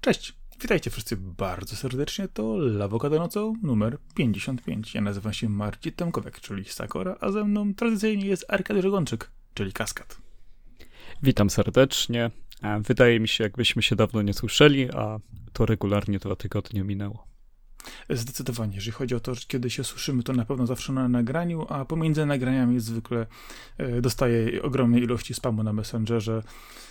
Cześć, witajcie wszyscy bardzo serdecznie, to Lawokado Nocą numer 55. Ja nazywam się Marcin Tomkowiak, czyli Sakora, a ze mną tradycyjnie jest Arkadiusz Ogończyk, czyli Kaskad. Witam serdecznie. Wydaje mi się, jakbyśmy się dawno nie słyszeli, a to regularnie 2 tygodnie minęło. Zdecydowanie, jeżeli chodzi o to, że kiedy się słyszymy, to na pewno zawsze na nagraniu, a pomiędzy nagraniami zwykle dostaję ogromnej ilości spamu na Messengerze.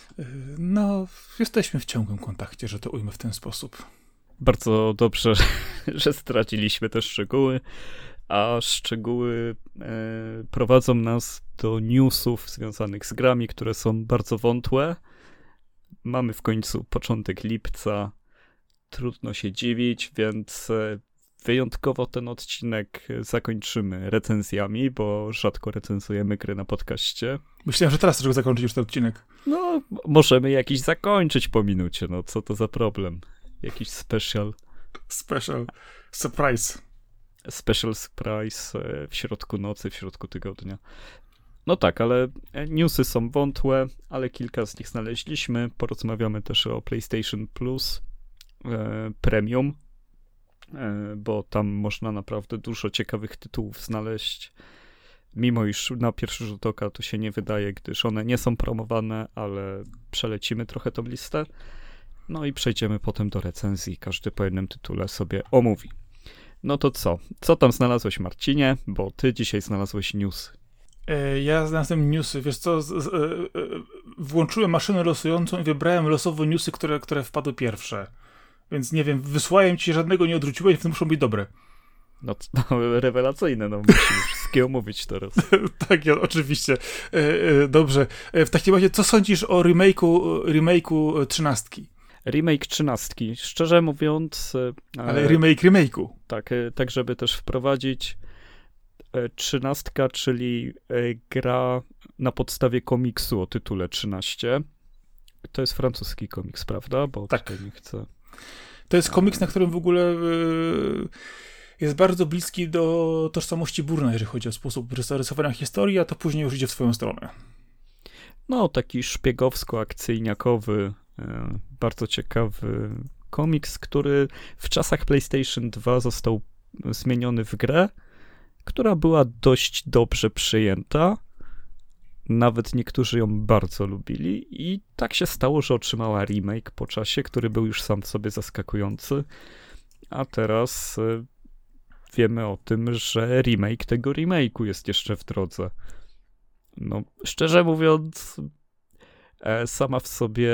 No, jesteśmy w ciągłym kontakcie, że to ujmę w ten sposób. Bardzo dobrze, że straciliśmy te szczegóły, a szczegóły prowadzą nas do newsów związanych z grami, które są bardzo wątłe. Mamy w końcu początek lipca, trudno się dziwić, więc wyjątkowo ten odcinek zakończymy recenzjami, bo rzadko recenzujemy gry na podcaście. Myślałem, że teraz trzeba zakończyć już ten odcinek. No, możemy jakiś zakończyć po minucie, no co to za problem? Jakiś special surprise. Special surprise w środku nocy, w środku tygodnia. No tak, ale newsy są wątłe, ale kilka z nich znaleźliśmy. Porozmawiamy też o PlayStation Plus Premium, bo tam można naprawdę dużo ciekawych tytułów znaleźć. Mimo iż na pierwszy rzut oka to się nie wydaje, gdyż one nie są promowane, ale przelecimy trochę tą listę. No i przejdziemy potem do recenzji. Każdy po jednym tytule sobie omówi. No to co? Co tam znalazłeś, Marcinie? Bo ty dzisiaj znalazłeś newsy. Ja znalazłem newsy. Wiesz co? Włączyłem maszynę losującą i wybrałem losowo newsy, które wpadły pierwsze. Więc nie wiem, wysłałem ci, żadnego nie odrzuciłeś, więc muszą być dobre. No, rewelacyjne, no musisz wszystkie omówić teraz. Tak, ja, oczywiście. Dobrze. W takim razie, co sądzisz o remake'u 13? Remake 13, szczerze mówiąc... Ale remake'u. Tak, żeby też wprowadzić 13, czyli gra na podstawie komiksu o tytule 13. To jest francuski komiks, prawda? Bo tak. Tutaj nie chcę... To jest komiks, na którym w ogóle jest bardzo bliski do tożsamości Burna, jeżeli chodzi o sposób rysowania historii, a to później już idzie w swoją stronę. No, taki szpiegowsko-akcyjniakowy, bardzo ciekawy komiks, który w czasach PlayStation 2 został zmieniony w grę, która była dość dobrze przyjęta. Nawet niektórzy ją bardzo lubili i tak się stało, że otrzymała remake po czasie, który był już sam w sobie zaskakujący. A teraz wiemy o tym, że remake tego remake'u jest jeszcze w drodze. No, szczerze mówiąc, sama w sobie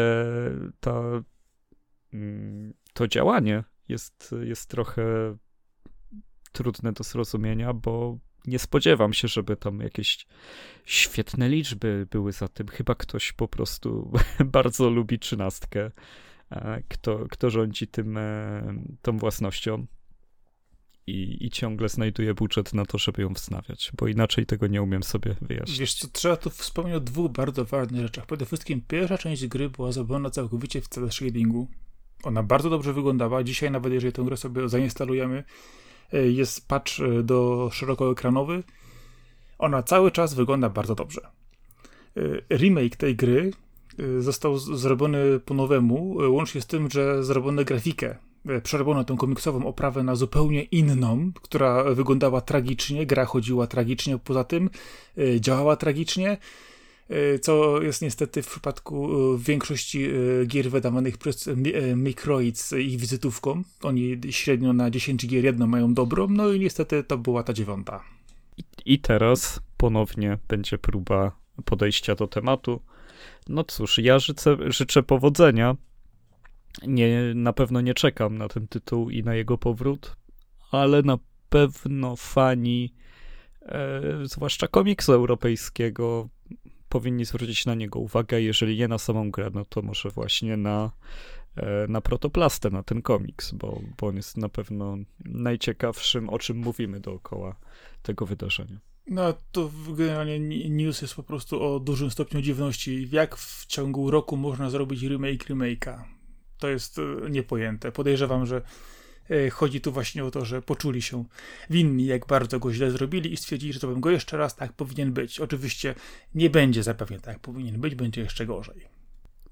to działanie jest trochę trudne do zrozumienia, bo nie spodziewam się, żeby tam jakieś świetne liczby były za tym. Chyba ktoś po prostu bardzo lubi 13, kto rządzi tą własnością i ciągle znajduje budżet na to, żeby ją wznawiać, bo inaczej tego nie umiem sobie wyjaśnić. Wiesz co, trzeba tu wspomnieć o 2 bardzo ważnych rzeczach. Przede wszystkim pierwsza część gry była zrobiona całkowicie w cel shadingu. Ona bardzo dobrze wyglądała. Dzisiaj nawet jeżeli tę grę sobie zainstalujemy, jest patch do szerokoekranowy. Ona cały czas wygląda bardzo dobrze. Remake tej gry został zrobiony po nowemu, łącznie z tym, że zrobiono grafikę. Przerobiono tę komiksową oprawę na zupełnie inną, która wyglądała tragicznie, gra chodziła tragicznie, poza tym działała tragicznie, co jest niestety w przypadku większości gier wydawanych przez Microids ich wizytówką. Oni średnio na 10 gier jedną mają dobrą, no i niestety to była ta 9. I teraz ponownie będzie próba podejścia do tematu. No cóż, ja życzę powodzenia. Na pewno nie czekam na ten tytuł i na jego powrót, ale na pewno fani, zwłaszcza komiksu europejskiego, powinni zwrócić na niego uwagę, jeżeli nie na samą grę, no to może właśnie na protoplastę, na ten komiks, bo on jest na pewno najciekawszym, o czym mówimy dookoła tego wydarzenia. No to generalnie news jest po prostu o dużym stopniu dziwności. Jak w ciągu roku można zrobić remake'a? To jest niepojęte. Podejrzewam, że chodzi tu właśnie o to, że poczuli się winni, jak bardzo go źle zrobili i stwierdzili, że zrobią go jeszcze raz, tak powinien być. Oczywiście nie będzie zapewne tak powinien być, będzie jeszcze gorzej.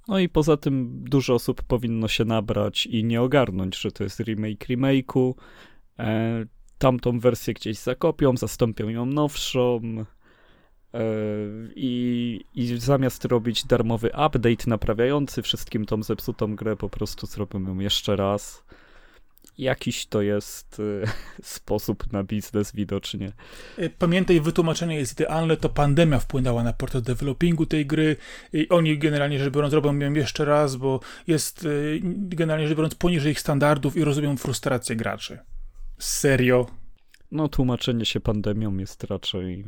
No i poza tym dużo osób powinno się nabrać i nie ogarnąć, że to jest remake remake'u. Tamtą wersję gdzieś zakopią, zastąpią ją nowszą i zamiast robić darmowy update naprawiający wszystkim tą zepsutą grę, po prostu zrobią ją jeszcze raz. Jakiś to jest sposób na biznes widocznie. Pamiętaj, wytłumaczenie jest idealne, to pandemia wpłynęła na proces developingu tej gry i oni generalnie rzecz biorąc robią ją jeszcze raz, bo jest generalnie rzecz biorąc poniżej ich standardów i rozumieją frustrację graczy. Serio? No tłumaczenie się pandemią jest raczej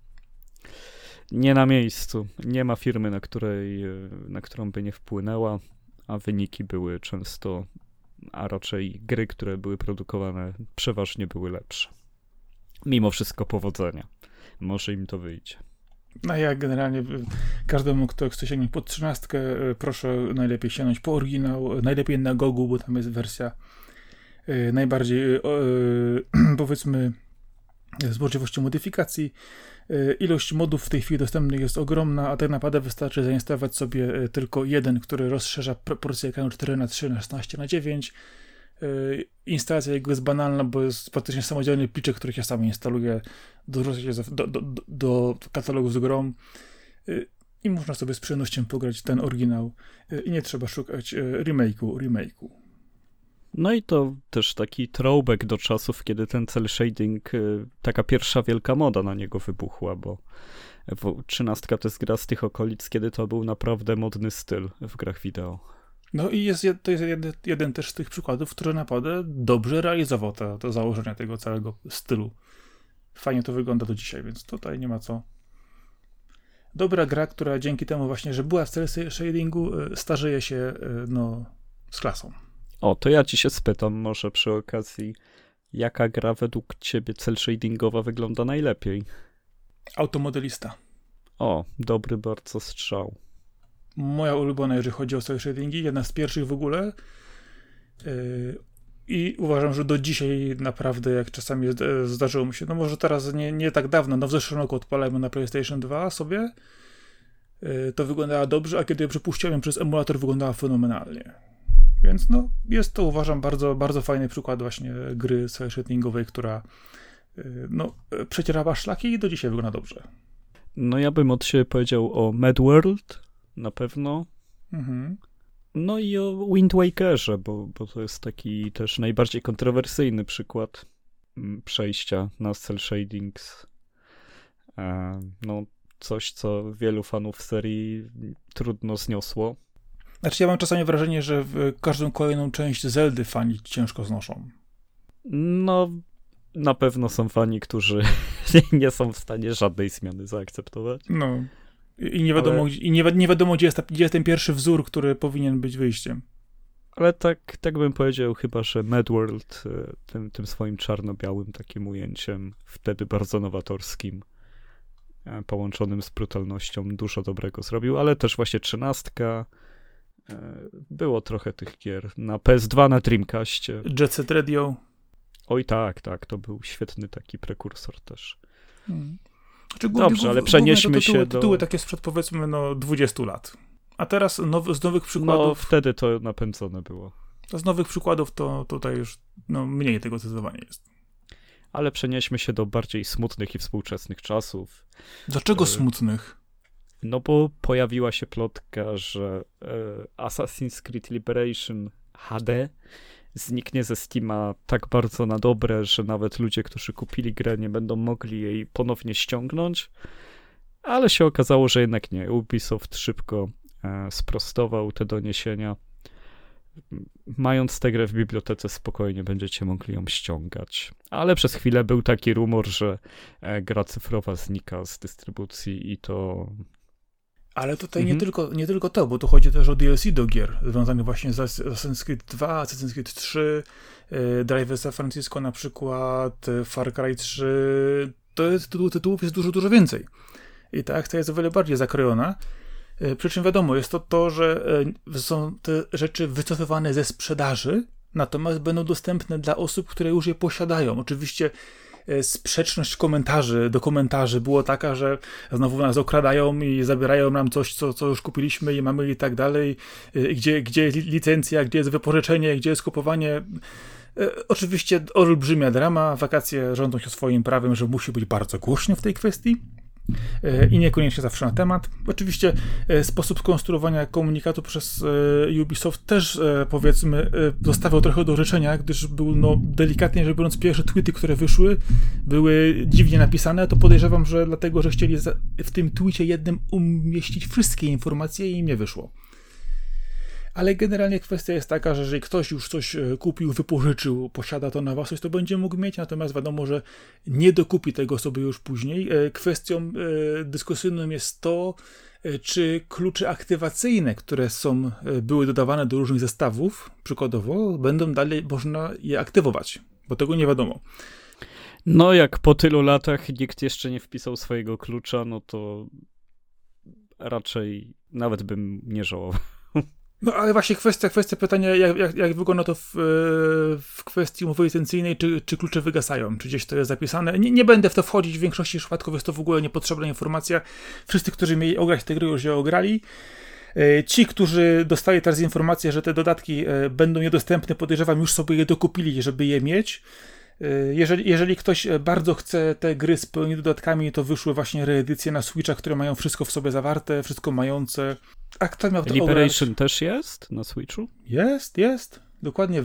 nie na miejscu. Nie ma firmy, na którą by nie wpłynęła, a wyniki były często, a raczej gry, które były produkowane, przeważnie były lepsze. Mimo wszystko powodzenia. Może im to wyjdzie. No ja generalnie każdemu, kto chce sięgnąć pod 13, proszę najlepiej sięgnąć po oryginał, najlepiej na Gogu, bo tam jest wersja najbardziej powiedzmy z możliwością modyfikacji. Ilość modów w tej chwili dostępnych jest ogromna, a tak naprawdę wystarczy zainstalować sobie tylko jeden, który rozszerza proporcję ekranu 4:3 na 16:9. Instalacja jego jest banalna, bo jest praktycznie samodzielny pliczek, który ja sam instaluję, dorzuca się do katalogu z grą i można sobie z przyjemnością pograć ten oryginał i nie trzeba szukać remake'u. No i to też taki throwback do czasów, kiedy ten cel shading, taka pierwsza wielka moda na niego wybuchła, bo 13 to jest gra z tych okolic, kiedy to był naprawdę modny styl w grach wideo. No i to jest jeden też z tych przykładów, który naprawdę dobrze realizował to założenia tego całego stylu. Fajnie to wygląda do dzisiaj, więc tutaj nie ma co. Dobra gra, która dzięki temu właśnie, że była w cel shadingu, starzeje się z klasą. O, to ja ci się spytam może przy okazji, jaka gra według ciebie cel shadingowa wygląda najlepiej? Automodelista. O, dobry bardzo strzał. Moja ulubiona, jeżeli chodzi o cel shadingi, jedna z pierwszych w ogóle. I uważam, że do dzisiaj naprawdę, jak czasami zdarzyło mi się, no może teraz nie tak dawno, w zeszłym roku odpalałem na PlayStation 2 sobie, to wyglądała dobrze, a kiedy ją przepuściłem przez emulator, wyglądała fenomenalnie. Więc jest to, uważam, bardzo, bardzo fajny przykład właśnie gry cel-shadingowej, która przecierała szlaki i do dzisiaj wygląda dobrze. No ja bym od siebie powiedział o Mad World, na pewno. Mhm. No i o Wind Wakerze, bo to jest taki też najbardziej kontrowersyjny przykład przejścia na cel shadings. Coś, co wielu fanów serii trudno zniosło. Znaczy ja mam czasami wrażenie, że w każdą kolejną część Zeldy fani ciężko znoszą. No, na pewno są fani, którzy nie są w stanie żadnej zmiany zaakceptować. No. I nie wiadomo, nie wiadomo gdzie jest ten pierwszy wzór, który powinien być wyjściem. Ale tak bym powiedział chyba, że Mad World tym swoim czarno-białym takim ujęciem, wtedy bardzo nowatorskim, połączonym z brutalnością, dużo dobrego zrobił, ale też właśnie 13. Było trochę tych gier. Na PS2, na Dreamcastie. Jet Set Radio. Oj tak, to był świetny taki prekursor też. Dobrze, ale przenieśmy się do... Tytuły takie sprzed powiedzmy 20 lat. A teraz z nowych przykładów... No wtedy to napędzone było. Z nowych przykładów to tutaj już mniej tego zdecydowanie jest. Ale przenieśmy się do bardziej smutnych i współczesnych czasów. Dlaczego smutnych? No bo pojawiła się plotka, że Assassin's Creed Liberation HD zniknie ze Steama tak bardzo na dobre, że nawet ludzie, którzy kupili grę, nie będą mogli jej ponownie ściągnąć. Ale się okazało, że jednak nie. Ubisoft szybko sprostował te doniesienia. Mając tę grę w bibliotece, spokojnie będziecie mogli ją ściągać. Ale przez chwilę był taki rumor, że gra cyfrowa znika z dystrybucji i to... Ale tutaj nie tylko to, bo tu chodzi też o DLC do gier, związanych właśnie z Assassin's Creed 2, Assassin's Creed 3, Drive San Francisco na przykład, Far Cry 3, tytułów jest dużo, dużo więcej. I ta akcja jest o wiele bardziej zakrojona. Przy czym wiadomo, jest to, że są te rzeczy wycofywane ze sprzedaży, natomiast będą dostępne dla osób, które już je posiadają. Oczywiście sprzeczność do komentarzy była taka, że znowu nas okradają i zabierają nam coś, co już kupiliśmy i mamy i tak dalej, gdzie jest licencja, gdzie jest wypożyczenie, gdzie jest kupowanie. Oczywiście olbrzymia drama, wakacje rządzą się swoim prawem, że musi być bardzo głośno w tej kwestii i niekoniecznie zawsze na temat. Oczywiście sposób skonstruowania komunikatu przez Ubisoft też, powiedzmy, zostawiał trochę do życzenia, gdyż był, delikatnie rzecz biorąc, pierwsze tweety, które wyszły, były dziwnie napisane. To podejrzewam, że dlatego, że chcieli w tym tweetie jednym umieścić wszystkie informacje i im nie wyszło. Ale generalnie kwestia jest taka, że jeżeli ktoś już coś kupił, wypożyczył, posiada to na własność, to będzie mógł mieć, natomiast wiadomo, że nie dokupi tego sobie już później. Kwestią dyskusyjną jest to, czy klucze aktywacyjne, które były dodawane do różnych zestawów, przykładowo, będą dalej można je aktywować, bo tego nie wiadomo. No jak po tylu latach nikt jeszcze nie wpisał swojego klucza, no to raczej nawet bym nie żałował. No ale właśnie kwestia pytania, jak wygląda to w kwestii umowy licencyjnej, czy klucze wygasają, czy gdzieś to jest zapisane. Nie będę w to wchodzić, w większości przypadków jest to w ogóle niepotrzebna informacja. Wszyscy, którzy mieli ograć te gry, już je ograli. Ci, którzy dostali teraz informację, że te dodatki będą niedostępne, podejrzewam, już sobie je dokupili, żeby je mieć. Jeżeli ktoś bardzo chce te gry z pełnymi dodatkami, to wyszły właśnie reedycje na Switcha, które mają wszystko w sobie zawarte, wszystko mające. A kto miał to Liberation też jest na Switchu? Jest. Dokładnie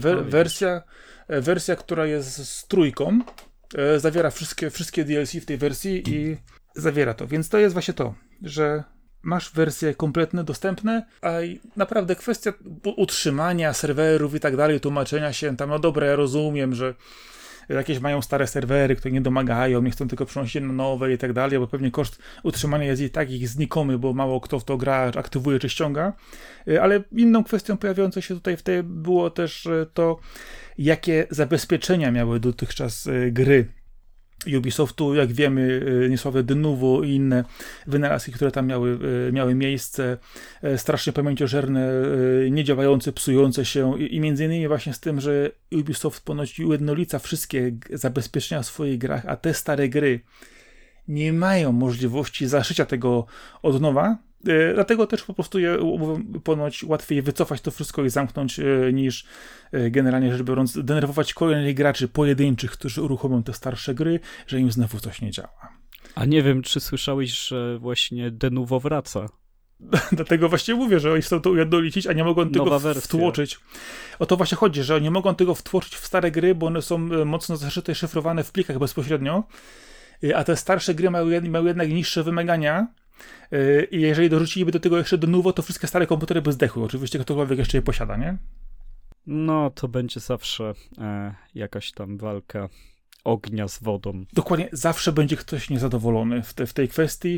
wersja, która jest z trójką, zawiera wszystkie DLC w tej wersji i zawiera to. Więc to jest właśnie to, że masz wersje kompletne, dostępne, a naprawdę kwestia utrzymania serwerów i tak dalej, tłumaczenia się tam, no dobra, ja rozumiem, że jakieś mają stare serwery, które nie domagają, nie chcą tylko przenosić na nowe i tak dalej, bo pewnie koszt utrzymania jest i tak ich znikomy, bo mało kto w to gra, aktywuje czy ściąga. Ale inną kwestią pojawiającą się tutaj było też to, jakie zabezpieczenia miały dotychczas gry Ubisoftu, jak wiemy, niesławe Denuvo i inne wynalazki, które tam miały miejsce, strasznie pamięciożerne, niedziałające, psujące się i między innymi właśnie z tym, że Ubisoft ponoć ujednolica wszystkie zabezpieczenia w swoich grach, a te stare gry nie mają możliwości zaszycia tego od nowa. Dlatego też po prostu ponoć łatwiej wycofać to wszystko i zamknąć, niż generalnie rzecz biorąc denerwować kolejnych graczy pojedynczych, którzy uruchomią te starsze gry, że im znowu coś nie działa. A nie wiem, czy słyszałeś, że właśnie Denuvo wraca? Dlatego właśnie mówię, że oni chcą to ujednolicić, a nie mogą tego wtłoczyć. O to właśnie chodzi, że nie mogą tego wtłoczyć w stare gry, bo one są mocno zaszyte, szyfrowane w plikach bezpośrednio, a te starsze gry mają jednak niższe wymagania. I jeżeli dorzuciliby do tego jeszcze Denuvo, to wszystkie stare komputery by zdechły. Oczywiście ktokolwiek jeszcze je posiada, nie? No, to będzie zawsze jakaś tam walka ognia z wodą. Dokładnie, zawsze będzie ktoś niezadowolony w tej kwestii.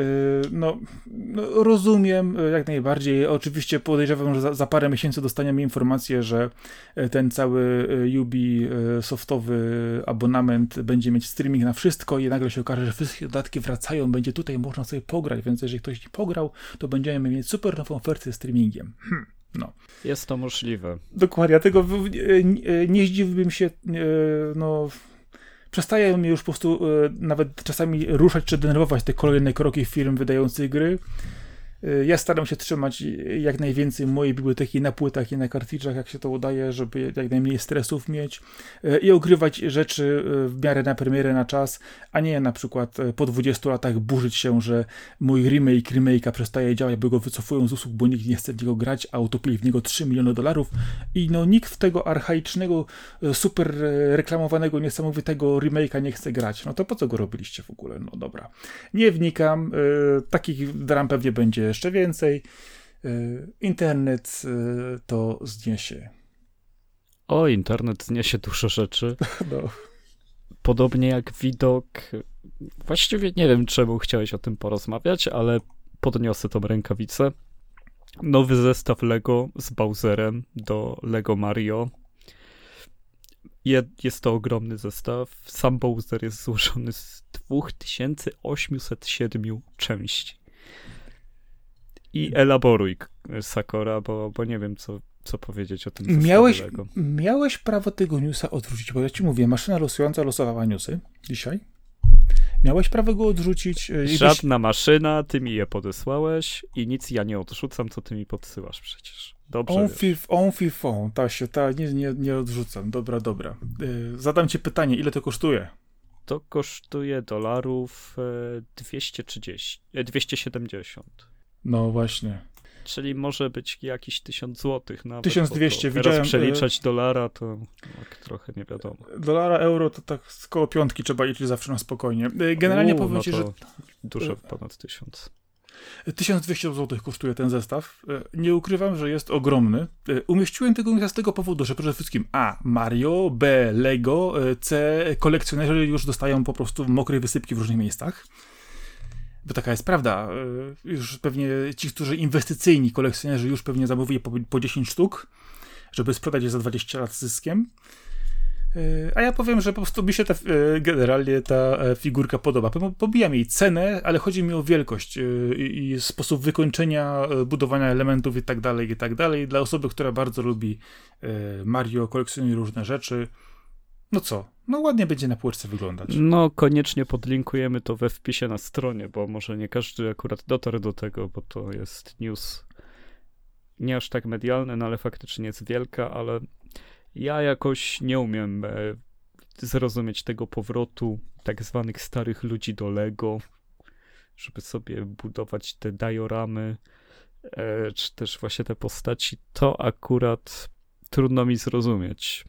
Rozumiem jak najbardziej. Oczywiście podejrzewam, że za parę miesięcy dostaniemy informację, że ten cały Ubisoftowy abonament będzie mieć streaming na wszystko i nagle się okaże, że wszystkie dodatki wracają, będzie tutaj można sobie pograć, więc jeżeli ktoś nie pograł, to będziemy mieć super nową wersję streamingiem. No. Jest to możliwe. Dokładnie, dlatego nie zdziwiłbym się, przestaje mnie już po prostu nawet czasami ruszać czy denerwować te kolejne kroki firm wydających gry. Ja staram się trzymać jak najwięcej mojej biblioteki na płytach i na kartridżach, jak się to udaje, żeby jak najmniej stresów mieć i ogrywać rzeczy w miarę na premierę, na czas, a nie na przykład po 20 latach burzyć się, że mój remake'a przestaje działać, bo go wycofują z usług, bo nikt nie chce w niego grać, a utopili w niego $3 miliony i nikt w tego archaicznego, super reklamowanego, niesamowitego remake'a nie chce grać. No to po co go robiliście w ogóle? No dobra. Nie wnikam. Takich dram pewnie będzie jeszcze więcej. Internet to zniesie. Internet zniesie dużo rzeczy. No. Podobnie jak widok. Właściwie nie wiem, czemu chciałeś o tym porozmawiać, ale podniosę tą rękawicę. Nowy zestaw Lego z Bowserem do Lego Mario. Jest to ogromny zestaw. Sam Bowser jest złożony z 2807 części. I elaboruj, Sakura, bo nie wiem, co co powiedzieć o tym zestawie Lego. Miałeś prawo tego newsa odrzucić, bo ja ci mówię, maszyna losująca losowała newsy dzisiaj. Miałeś prawo go odrzucić. Żadna maszyna, ty mi je podesłałeś i nic ja nie odrzucam, co ty mi podsyłasz przecież. Dobrze nie odrzucam. Dobra. Zadam ci pytanie, ile to kosztuje? To kosztuje dolarów 270. No właśnie. Czyli może być jakiś 1000 złotych nawet. 1200, teraz widziałem. Przeliczać dolara to tak trochę nie wiadomo. Dolara, euro to tak koło 5 trzeba liczyć zawsze na spokojnie. Generalnie powiem ci, że... Dużo ponad 1000. 1200 zł kosztuje ten zestaw. Nie ukrywam, że jest ogromny. Umieściłem tego z tego powodu, że przede wszystkim A. Mario, B. Lego, C. Kolekcjonerzy już dostają po prostu mokrej wysypki w różnych miejscach. Bo taka jest prawda. Już pewnie ci, którzy inwestycyjni kolekcjonerzy już pewnie zamówili po 10 sztuk, żeby sprzedać je za 20 lat z zyskiem. A ja powiem, że po prostu mi się generalnie ta figurka podoba. Pobijam jej cenę, ale chodzi mi o wielkość i sposób wykończenia, budowania elementów i tak dalej. Dla osoby, która bardzo lubi Mario, kolekcjonuje różne rzeczy. No co? No ładnie będzie na półeczce wyglądać. No koniecznie podlinkujemy to we wpisie na stronie, bo może nie każdy akurat dotarł do tego, bo to jest news nie aż tak medialny, no ale faktycznie jest wielka, ale ja jakoś nie umiem zrozumieć tego powrotu tak zwanych starych ludzi do Lego, żeby sobie budować te dioramy, czy też właśnie te postaci. To akurat trudno mi zrozumieć.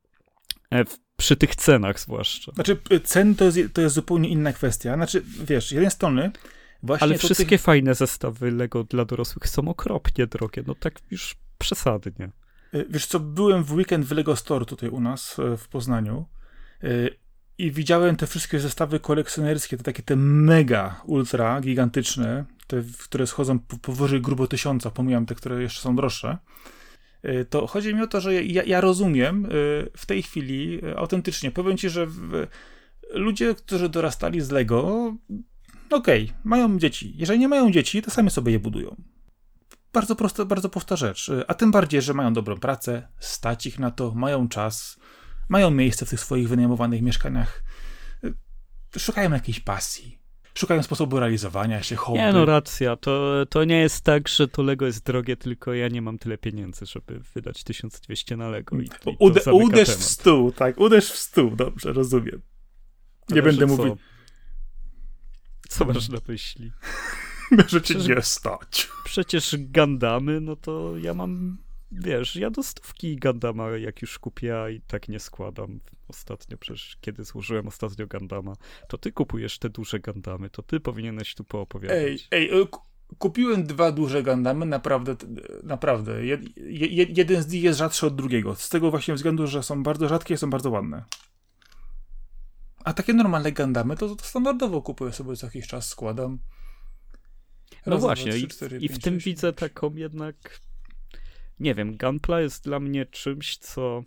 Przy tych cenach zwłaszcza. Znaczy, cen to jest zupełnie inna kwestia. Znaczy, wiesz, z jednej strony właśnie... Ale wszystkie fajne zestawy Lego dla dorosłych są okropnie drogie. No tak już przesadnie. Wiesz co, byłem w weekend w Lego Store tutaj u nas w Poznaniu i widziałem te wszystkie zestawy kolekcjonerskie, te mega, ultra gigantyczne, te, które schodzą powyżej grubo 1000, pomijam te, które jeszcze są droższe. To chodzi mi o to, że ja rozumiem w tej chwili autentycznie. Powiem ci, że ludzie, którzy dorastali z Lego, okej, mają dzieci. Jeżeli nie mają dzieci, to sami sobie je budują. Bardzo prosta, bardzo prosta rzecz. A tym bardziej, że mają dobrą pracę, stać ich na to, mają czas, mają miejsce w tych swoich wynajmowanych mieszkaniach. Szukają jakiejś pasji. Szukają sposobu realizowania się, hobby. Nie, no racja. To nie jest tak, że to Lego jest drogie, tylko ja nie mam tyle pieniędzy, żeby wydać 1200 na Lego. Uderz w stół, tak. Uderz w stół. Dobrze, rozumiem. Nie będę mówił. Co masz na myśli? Że cię nie stać. Przecież Gundamy, no to ja mam, wiesz, ja do 100 Gundama jak już kupię, a i tak nie składam. Ostatnio, przecież kiedy złożyłem ostatnio Gundama, to ty kupujesz te duże Gundamy, to ty powinieneś tu poopowiadać. Kupiłem 2 duże Gundamy, naprawdę. Jeden z nich jest rzadszy od drugiego. Z tego właśnie względu, że są bardzo rzadkie i są bardzo ładne. A takie normalne Gundamy to standardowo kupuję sobie co jakiś czas, składam. No właśnie, 2, 3, 4, 5, w tym 6, widzę 5. Taką jednak, nie wiem, Gunpla jest dla mnie czymś, co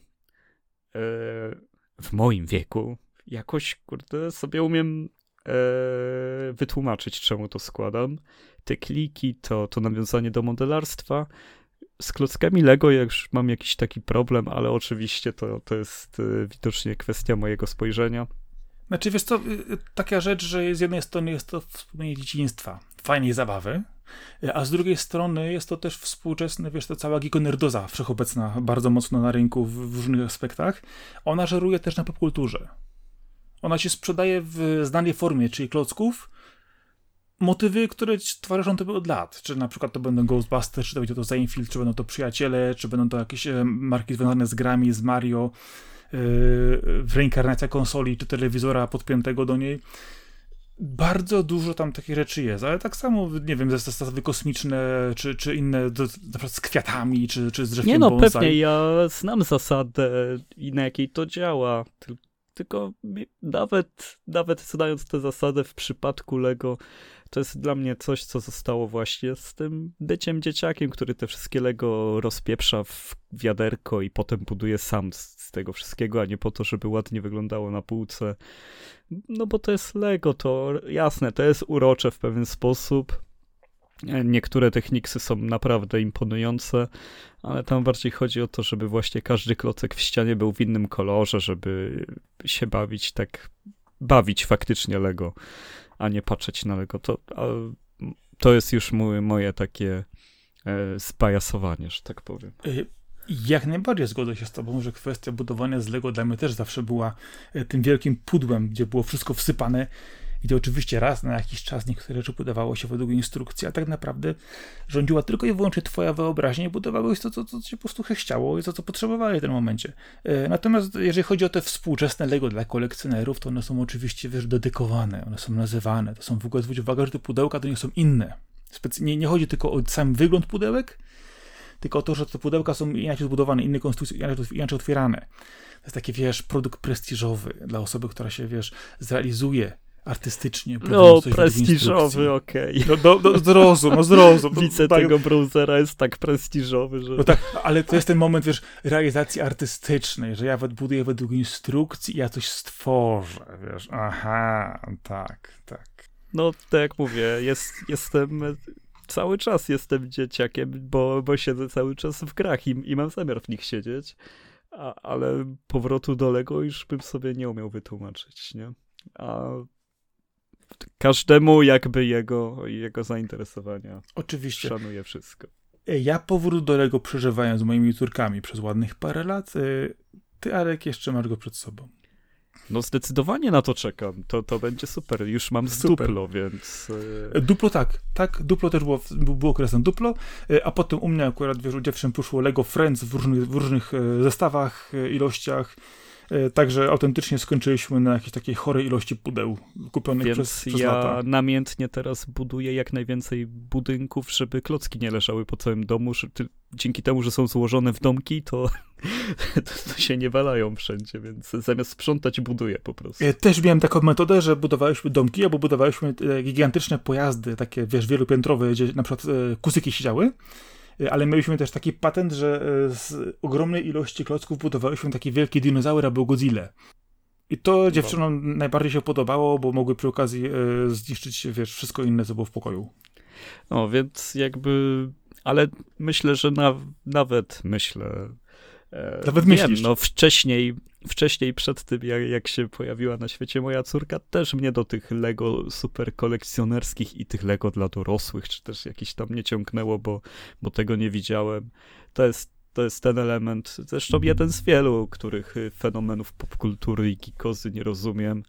w moim wieku jakoś, kurde, sobie umiem wytłumaczyć, czemu to składam. Te kliki, to nawiązanie do modelarstwa. Z klockami Lego ja już mam jakiś taki problem, ale oczywiście to jest widocznie kwestia mojego spojrzenia. Znaczy, wiesz co, taka rzecz, że z jednej strony jest to wspomnienie dzieciństwa, fajnej zabawy, a z drugiej strony jest to też współczesne, wiesz, to cała geekonerdoza wszechobecna bardzo mocno na rynku w różnych aspektach. Ona żeruje też na popkulturze. Ona się sprzedaje w znanej formie, czyli klocków, motywy, które towarzyszą tobie od lat. Czy na przykład to będą Ghostbusters, czy to będzie to Seinfeld, czy będą to Przyjaciele, czy będą to jakieś marki związane z grami, z Mario, w reinkarnacja konsoli czy telewizora podpiętego do niej. Bardzo dużo tam takich rzeczy jest, ale tak samo, nie wiem, zestawy kosmiczne, czy inne, na przykład z kwiatami, czy z drzewkiem Nie no, bonsai. pewnie, ja znam zasadę i na jakiej to działa, tylko nawet znając tę zasadę w przypadku Lego, to jest dla mnie coś, co zostało właśnie z tym byciem dzieciakiem, który te wszystkie Lego rozpieprza w wiaderko i potem buduje sam z tego wszystkiego, a nie po to, żeby ładnie wyglądało na półce. No bo to jest Lego, to jasne, to jest urocze w pewien sposób, Niektóre techniksy są naprawdę imponujące, ale tam bardziej chodzi o to, żeby właśnie każdy klocek w ścianie był w innym kolorze, żeby się bawić faktycznie Lego, a nie patrzeć na Lego. To jest już moje takie spajasowanie, że tak powiem. Jak najbardziej zgodzę się z tobą, że kwestia budowania z Lego dla mnie też zawsze była tym wielkim pudłem, gdzie było wszystko wsypane, gdzie oczywiście raz na jakiś czas niektóre rzeczy budowało się według instrukcji, a tak naprawdę rządziła tylko i wyłącznie twoja wyobraźnia i budowałeś to, co ci po prostu chciało i co potrzebowali w tym momencie. Natomiast jeżeli chodzi o te współczesne Lego dla kolekcjonerów, to one są oczywiście, dedykowane, one są nazywane, to są w ogóle, zwróć uwagę, że te pudełka to nie są inne. Nie chodzi tylko o sam wygląd pudełek, tylko o to, że te pudełka są inaczej zbudowane, inne konstrukcje, inaczej otwierane. To jest taki, produkt prestiżowy dla osoby, która się, zrealizuje artystycznie. No, prestiżowy, okej. Zrozum. Widzę tego browsera jest tak prestiżowy, że... No tak, ale to jest ten moment, realizacji artystycznej, że ja buduję według instrukcji i ja coś stworzę, Aha, tak. No, tak jak mówię, cały czas jestem dzieciakiem, bo siedzę cały czas w grach i mam zamiar w nich siedzieć, ale powrotu do Lego już bym sobie nie umiał wytłumaczyć, nie? A każdemu jakby jego zainteresowania. Oczywiście. Szanuję wszystko. Ja powrót do Lego przeżywałem z moimi córkami przez ładnych parę lat. Ty, Arek, jeszcze masz go przed sobą. No zdecydowanie na to czekam. To będzie super. Już mam z Duplo, więc... Duplo tak. Duplo też było okresem Duplo, a potem u mnie akurat, u dziewczyn poszło Lego Friends w różnych zestawach, ilościach. Także autentycznie skończyliśmy na jakiejś takiej chorej ilości pudeł kupionych przez lata. Ja namiętnie teraz buduję jak najwięcej budynków, żeby klocki nie leżały po całym domu. Dzięki temu, że są złożone w domki, to się nie walają wszędzie, więc zamiast sprzątać buduję po prostu. Też miałem taką metodę, że budowaliśmy domki, albo budowaliśmy gigantyczne pojazdy, takie wielopiętrowe, gdzie na przykład kucyki siedziały. Ale mieliśmy też taki patent, że z ogromnej ilości klocków budowaliśmy taki wielki dinozaur albo Godzilla. I to dziewczynom najbardziej się podobało, bo mogły przy okazji zniszczyć, wszystko inne, co było w pokoju. No, więc ale myślę, że nawet myślisz. No wcześniej przed tym, jak się pojawiła na świecie moja córka, też mnie do tych Lego super kolekcjonerskich i tych Lego dla dorosłych, czy też jakiś tam nie ciągnęło, bo tego nie widziałem. To jest ten element, zresztą jeden z wielu, których fenomenów popkultury i geekozy nie rozumiem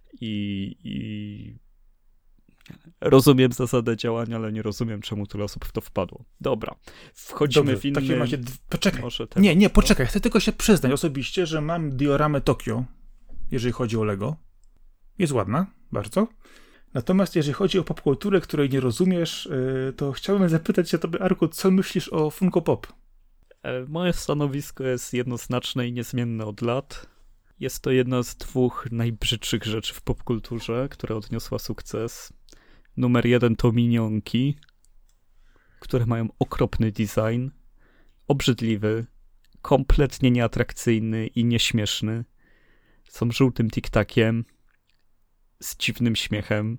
i rozumiem zasadę działania, ale nie rozumiem, czemu tyle osób w to wpadło. Dobra, wchodzimy w inny... Poczekaj. Nie, poczekaj. Chcę tylko się przyznać osobiście, że mam dioramę Tokio, jeżeli chodzi o Lego. Jest ładna, bardzo. Natomiast jeżeli chodzi o popkulturę, której nie rozumiesz, to chciałbym zapytać się tobie, Arku, co myślisz o Funko Pop? Moje stanowisko jest jednoznaczne i niezmienne od lat. Jest to jedna z dwóch najbrzydszych rzeczy w popkulturze, która odniosła sukces. Numer 1 to minionki, które mają okropny design, obrzydliwy, kompletnie nieatrakcyjny i nieśmieszny. Są żółtym tiktakiem, z dziwnym śmiechem.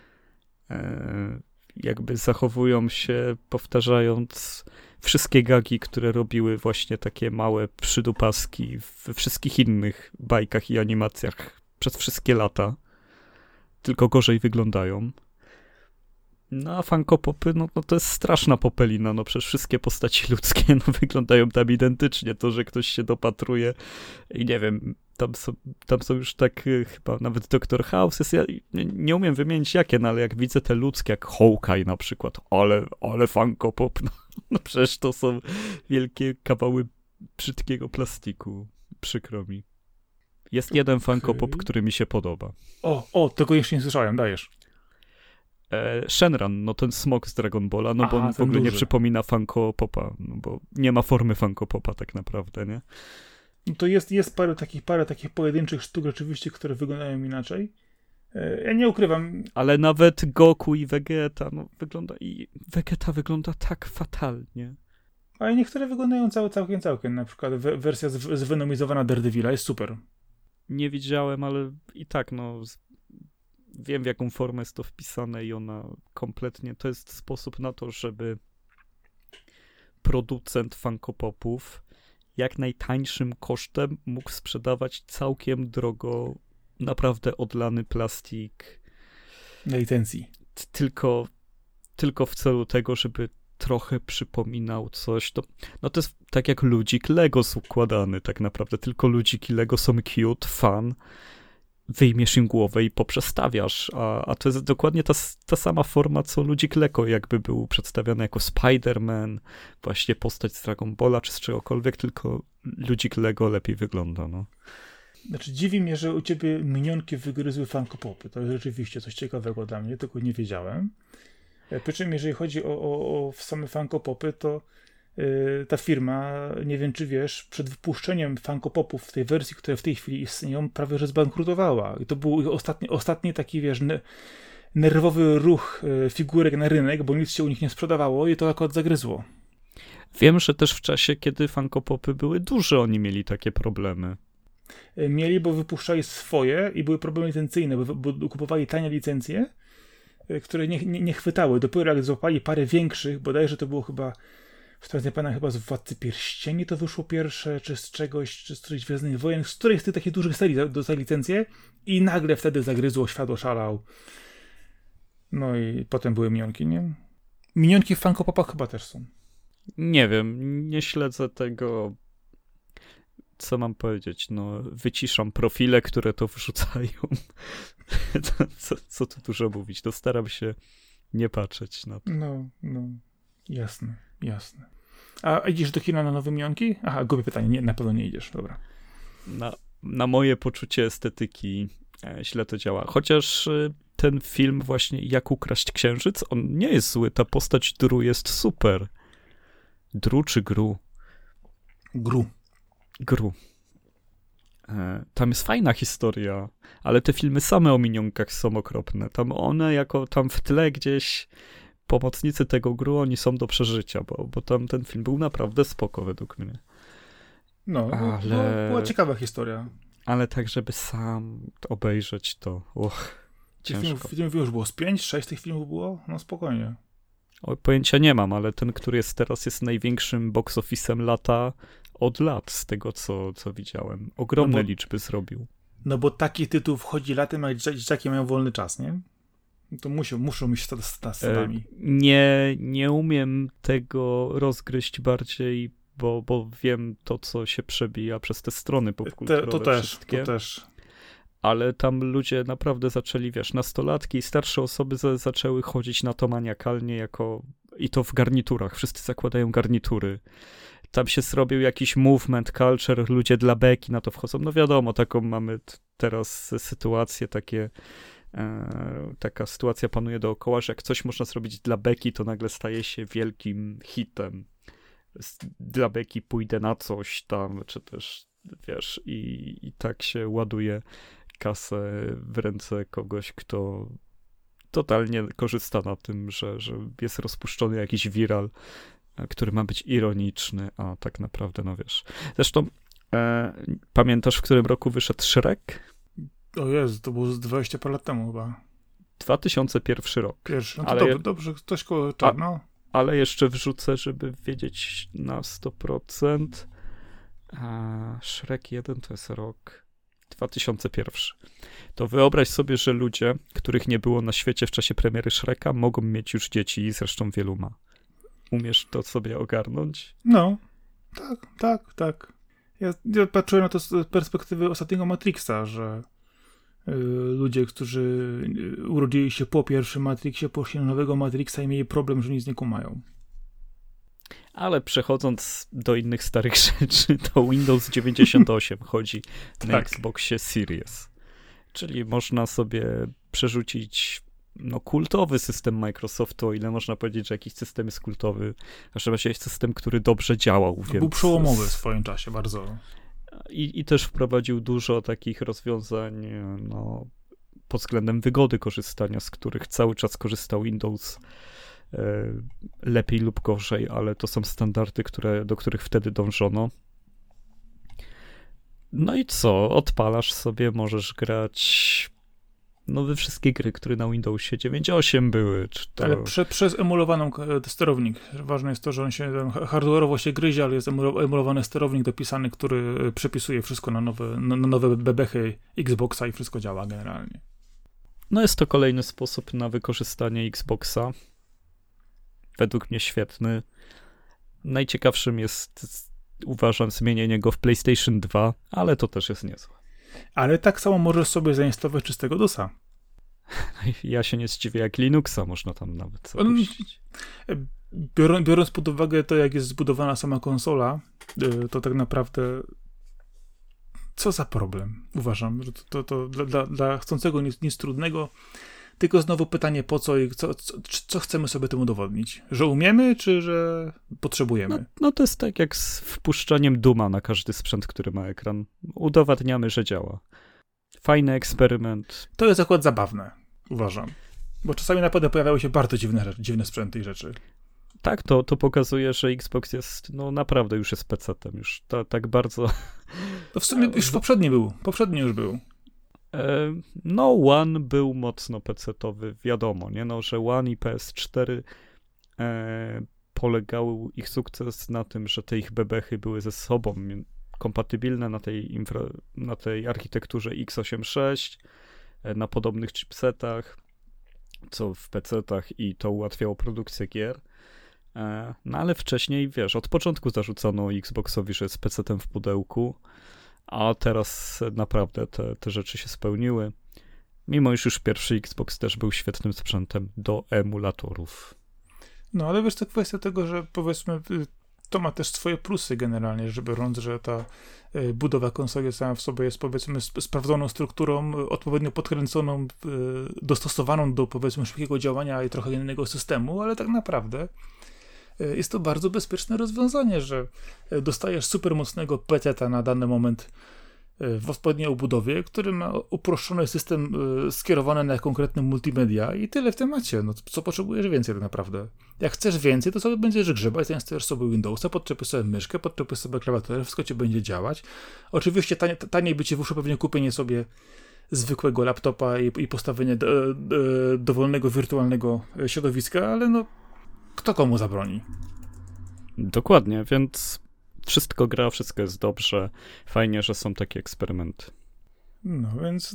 Jakby zachowują się, powtarzając wszystkie gagi, które robiły właśnie takie małe przydupaski we wszystkich innych bajkach i animacjach przez wszystkie lata. Tylko gorzej wyglądają. No a Funko Popy, no to jest straszna popelina, no przecież wszystkie postaci ludzkie wyglądają tam identycznie, to, że ktoś się dopatruje i nie wiem, tam są już tak chyba nawet Dr. House jest, ja nie umiem wymienić jakie, no ale jak widzę te ludzkie, jak Hawkeye na przykład, ale Funko Pop, no przecież to są wielkie kawały brzydkiego plastiku, przykro mi. Jest jeden Funko Pop, który mi się podoba. Tego jeszcze nie słyszałem, dajesz. Shenran, no ten smok z Dragon Balla, no bo on w ogóle nie przypomina Funko Popa, no bo nie ma formy Funko Popa tak naprawdę, nie? No to jest parę takich pojedynczych sztuk rzeczywiście, które wyglądają inaczej. Ja nie ukrywam. Ale nawet Goku i Vegeta, Vegeta wygląda tak fatalnie. Ale niektóre wyglądają całkiem. Na przykład wersja zwenomizowana Daredevila jest super. Nie widziałem, ale i tak, wiem w jaką formę jest to wpisane i ona kompletnie, to jest sposób na to, żeby producent Funko Popów jak najtańszym kosztem mógł sprzedawać całkiem drogo naprawdę odlany plastik. Na licencji. Tylko w celu tego, żeby trochę przypominał coś. To jest tak jak ludzik Lego układany tak naprawdę. Tylko ludziki Lego są cute, fun. Wyjmiesz im głowę i poprzestawiasz. A to jest dokładnie ta sama forma, co ludzik Lego jakby był przedstawiany jako Spider-Man, właśnie postać z Dragon Balla czy z czegokolwiek, tylko ludzik Lego lepiej wygląda, no. Znaczy dziwi mnie, że u ciebie minionki wygryzły Funko Popy. To jest rzeczywiście coś ciekawego dla mnie, tego nie wiedziałem. Przy czym jeżeli chodzi o same Funko Popy, to ta firma, nie wiem czy wiesz, przed wypuszczeniem Funko Popów w tej wersji, które w tej chwili istnieją, prawie że zbankrutowała. I to był ostatni taki, wiesz, nerwowy ruch figurek na rynek, bo nic się u nich nie sprzedawało i to akurat zagryzło. Wiem, że też w czasie, kiedy Funko Popy były duże, oni mieli takie problemy. Mieli, bo wypuszczali swoje i były problemy licencyjne, bo kupowali tanie licencje, które nie chwytały. Dopiero jak złapali parę większych, bodajże to było chyba, nie pamiętam, chyba z Władcy Pierścieni to wyszło pierwsze, czy z czegoś, czy z którychś Gwiezdnych Wojen, z których z tych takich dużych serii dostali licencję i nagle wtedy zagryzło, świat oszalał. No i potem były minionki, nie? Minionki w Funko Popach chyba też są. Nie wiem, nie śledzę tego. Co mam powiedzieć? No, wyciszam profile, które to wrzucają. Co tu dużo mówić? To staram się nie patrzeć na to. No, jasne. A idziesz do kina na nowe minionki? Aha, głupie pytanie. Nie, na pewno nie idziesz, dobra. Na moje poczucie estetyki źle to działa. Chociaż ten film właśnie Jak ukraść księżyc, on nie jest zły. Ta postać Dru jest super. Dru czy Gru? Gru. Tam jest fajna historia, ale te filmy same o minionkach są okropne. Tam one tam w tle gdzieś pomocnicy tego Gru, oni są do przeżycia, bo tam ten film był naprawdę spoko według mnie. No, ale była ciekawa historia. Ale tak, żeby sam obejrzeć to, ciężko. Filmów już było z 5-6 tych filmów było? No spokojnie. Pojęcia nie mam, ale ten, który jest teraz, jest największym box office'em lata od lat, z tego co widziałem. Ogromne liczby zrobił. No bo taki tytuł wchodzi latem, jak dzieciaki mają wolny czas, nie? To muszą mieć statami. Nie umiem tego rozgryźć bardziej, bo wiem to, co się przebija przez te strony popkulturowe. To też. Ale tam ludzie naprawdę zaczęli, nastolatki i starsze osoby zaczęły chodzić na to maniakalnie i to w garniturach. Wszyscy zakładają garnitury. Tam się zrobił jakiś movement, culture, ludzie dla beki na to wchodzą. No wiadomo, taką mamy teraz sytuację, taka sytuacja panuje dookoła, że jak coś można zrobić dla beki, to nagle staje się wielkim hitem. Dla beki pójdę na coś tam, czy też, i tak się ładuje kasę w ręce kogoś, kto totalnie korzysta na tym, że jest rozpuszczony jakiś viral, który ma być ironiczny, a tak naprawdę, Zresztą pamiętasz, w którym roku wyszedł Shrek? O Jezu, to było z 20 parę lat temu chyba. 2001 rok. Pierwszy, no to dobrze, ktoś koło czarno. Ale jeszcze wrzucę, żeby wiedzieć na 100%. Shrek 1 to jest rok 2001. To wyobraź sobie, że ludzie, których nie było na świecie w czasie premiery Shreka, mogą mieć już dzieci i zresztą wielu ma. Umiesz to sobie ogarnąć? No, tak. Ja patrzyłem na to z perspektywy ostatniego Matrixa, że ludzie, którzy urodzili się po pierwszym Matrixie, poszli na nowego Matrixa i mieli problem, że nic nie kumają. Ale przechodząc do innych starych rzeczy, to Windows 98 chodzi na Xboxie Series. Czyli można sobie przerzucić kultowy system Microsoftu, o ile można powiedzieć, że jakiś system jest kultowy, a że jest system, który dobrze działał. Więc był przełomowy w swoim czasie, bardzo. I też wprowadził dużo takich rozwiązań pod względem wygody korzystania, z których cały czas korzystał Windows lepiej lub gorzej, ale to są standardy, do których wtedy dążono. No i co? Odpalasz sobie, możesz grać no we wszystkie gry, które na Windowsie 9.8 były. Czy to... Ale przez emulowaną sterownik. Ważne jest to, że on się hardware'owo się gryzie, ale jest emulowany sterownik dopisany, który przepisuje wszystko na nowe bebechy Xboxa i wszystko działa generalnie. No jest to kolejny sposób na wykorzystanie Xboxa. Według mnie świetny. Najciekawszym jest, uważam, zmienienie go w PlayStation 2, ale to też jest niezłe. Ale tak samo możesz sobie zainstalować czystego DOSa. Ja się nie zdziwię, jak Linuxa można tam nawet zapuścić. Biorąc pod uwagę to, jak jest zbudowana sama konsola, to tak naprawdę co za problem? Uważam, że to dla chcącego nic trudnego, tylko znowu pytanie po co i co chcemy sobie tym udowodnić? Że umiemy, czy że potrzebujemy? No to jest tak jak z wpuszczaniem Duma na każdy sprzęt, który ma ekran. Udowadniamy, że działa. Fajny eksperyment. To jest akurat zabawne, uważam. Bo czasami naprawdę pojawiały się bardzo dziwne sprzęty i rzeczy. Tak, to pokazuje, że Xbox jest, no naprawdę już jest PC-tem. Już tak bardzo... To w sumie już poprzedni już był. No, One był mocno PC-towy, wiadomo, nie? No, że One i PS4 polegały ich sukces na tym, że te ich bebechy były ze sobą kompatybilne na tej architekturze x86, na podobnych chipsetach, co w PC-tach i to ułatwiało produkcję gier. No ale wcześniej, wiesz, od początku zarzucano Xboxowi, że jest PC-tem w pudełku, a teraz naprawdę te rzeczy się spełniły. Mimo iż już pierwszy Xbox też był świetnym sprzętem do emulatorów. No ale wiesz, to kwestia tego, że powiedzmy to ma też swoje plusy generalnie, że biorąc, że ta budowa konsoli sama w sobie jest powiedzmy sprawdzoną strukturą, odpowiednio podkręconą, dostosowaną do powiedzmy szybkiego działania i trochę innego systemu, ale tak naprawdę jest to bardzo bezpieczne rozwiązanie, że dostajesz super mocnego PC-ta na dany moment w odpowiedniej obudowie, który ma uproszczony system skierowany na konkretne multimedia i tyle w temacie. No co potrzebujesz więcej tak naprawdę? Jak chcesz więcej, to sobie będziesz grzebać, zainstalujesz sobie Windowsa, podczepisz sobie myszkę, podczepisz sobie klawiaturę, wszystko ci będzie działać. Oczywiście taniej by ci wyszło pewnie kupienie sobie zwykłego laptopa i postawienie dowolnego wirtualnego środowiska, ale no kto komu zabroni? Dokładnie, więc wszystko gra, wszystko jest dobrze. Fajnie, że są takie eksperymenty. No więc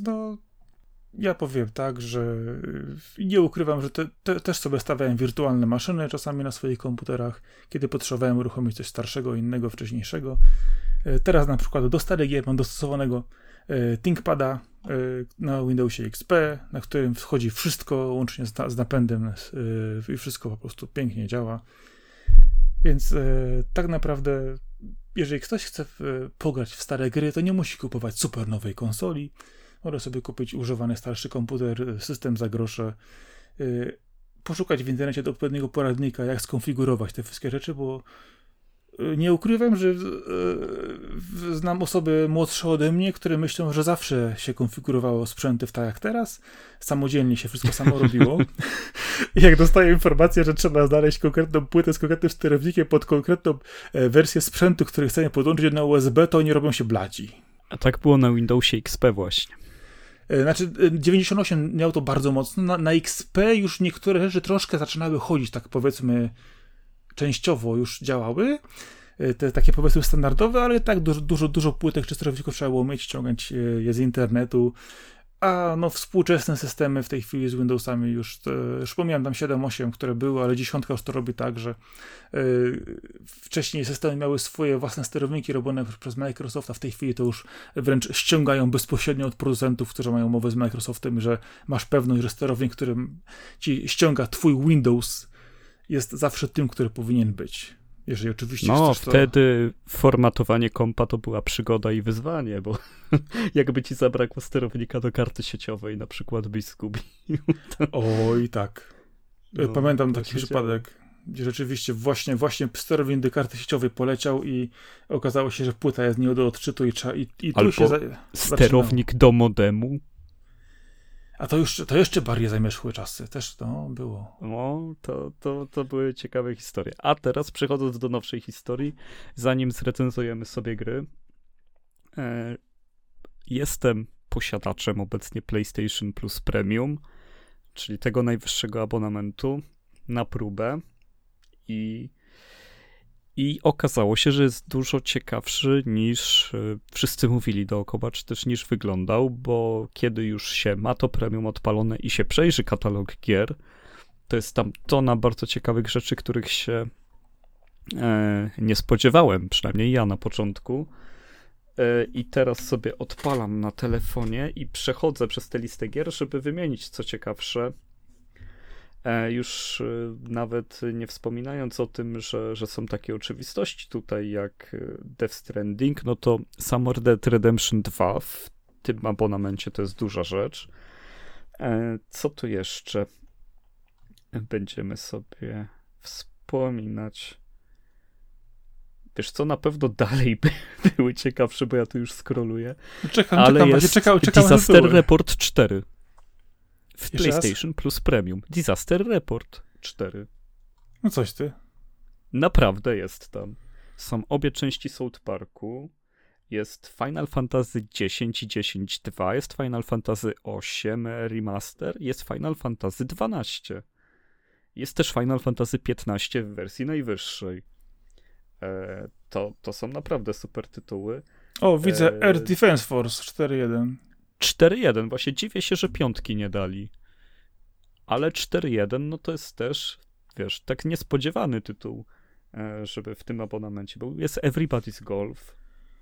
ja powiem tak, że nie ukrywam, że też sobie stawiałem wirtualne maszyny czasami na swoich komputerach, kiedy potrzebowałem uruchomić coś starszego, innego, wcześniejszego. Teraz na przykład do starych gier mam dostosowanego ThinkPada na Windowsie XP, na którym wchodzi wszystko łącznie z napędem i wszystko po prostu pięknie działa. Więc tak naprawdę, jeżeli ktoś chce pograć w stare gry, to nie musi kupować super nowej konsoli. Może sobie kupić używany starszy komputer, system za grosze, poszukać w internecie do odpowiedniego poradnika, jak skonfigurować te wszystkie rzeczy, bo nie ukrywam, że znam osoby młodsze ode mnie, które myślą, że zawsze się konfigurowało sprzęty tak jak teraz, samodzielnie się wszystko samo robiło. I jak dostaję informację, że trzeba znaleźć konkretną płytę z konkretnym sterownikiem pod konkretną wersję sprzętu, który chcemy podłączyć na USB, to oni robią się bladzi. A tak było na Windowsie XP właśnie. Znaczy 98 miał to bardzo mocno, na XP już niektóre rzeczy troszkę zaczynały chodzić, tak powiedzmy częściowo już działały, te takie powiedzmy standardowe, ale tak dużo płytek czy sterowników trzeba było mieć, ściągać je z internetu, a no współczesne systemy w tej chwili z Windowsami już pomijam tam 7.8, które były, ale 10 już to robi tak, że wcześniej systemy miały swoje własne sterowniki robione przez Microsoft, a w tej chwili to już wręcz ściągają bezpośrednio od producentów, którzy mają umowę z Microsoftem, że masz pewność, że sterownik, który ci ściąga twój Windows, jest zawsze tym, który powinien być. Jeżeli oczywiście no, chcesz, wtedy formatowanie kompa to była przygoda i wyzwanie, bo jakby ci zabrakło sterownika do karty sieciowej, na przykład byś zgubił. Oj, tak. Pamiętam taki przypadek, gdzie rzeczywiście właśnie sterownik do karty sieciowej poleciał i okazało się, że płyta jest nie do odczytu i albo tu się sterownik zaczynało. do modemu. A to jeszcze bardziej zamierzchłe czasy. Też to było. No, to były ciekawe historie. A teraz przechodząc do nowszej historii, zanim zrecenzujemy sobie gry, jestem posiadaczem obecnie PlayStation Plus Premium, czyli tego najwyższego abonamentu, na próbę i okazało się, że jest dużo ciekawszy niż wszyscy mówili dookoła, czy też niż wyglądał, bo kiedy już się ma to premium odpalone i się przejrzy katalog gier, to jest tam tona bardzo ciekawych rzeczy, których się nie spodziewałem, przynajmniej ja na początku. I teraz sobie odpalam na telefonie i przechodzę przez tę listę gier, żeby wymienić co ciekawsze. Już nawet nie wspominając o tym, że są takie oczywistości tutaj jak Death Stranding, no to Summer Dead Redemption 2 w tym abonamencie to jest duża rzecz. Co tu jeszcze będziemy sobie wspominać? Wiesz co, na pewno dalej były ciekawsze, bo ja tu już scrolluję. Czekam, jest Disaster Report 4 w PlayStation Plus Premium. Disaster Report 4. No coś ty. Naprawdę jest tam. Są obie części South Parku. Jest Final Fantasy X i X-2, jest Final Fantasy VIII Remaster, jest Final Fantasy XII. Jest też Final Fantasy XV w wersji najwyższej. To są naprawdę super tytuły. O, widzę Air Defense Force 4.1. 4.1, właśnie dziwię się, że piątki nie dali. Ale 4.1, no to jest też, wiesz, tak niespodziewany tytuł, żeby w tym abonamencie był. Jest Everybody's Golf.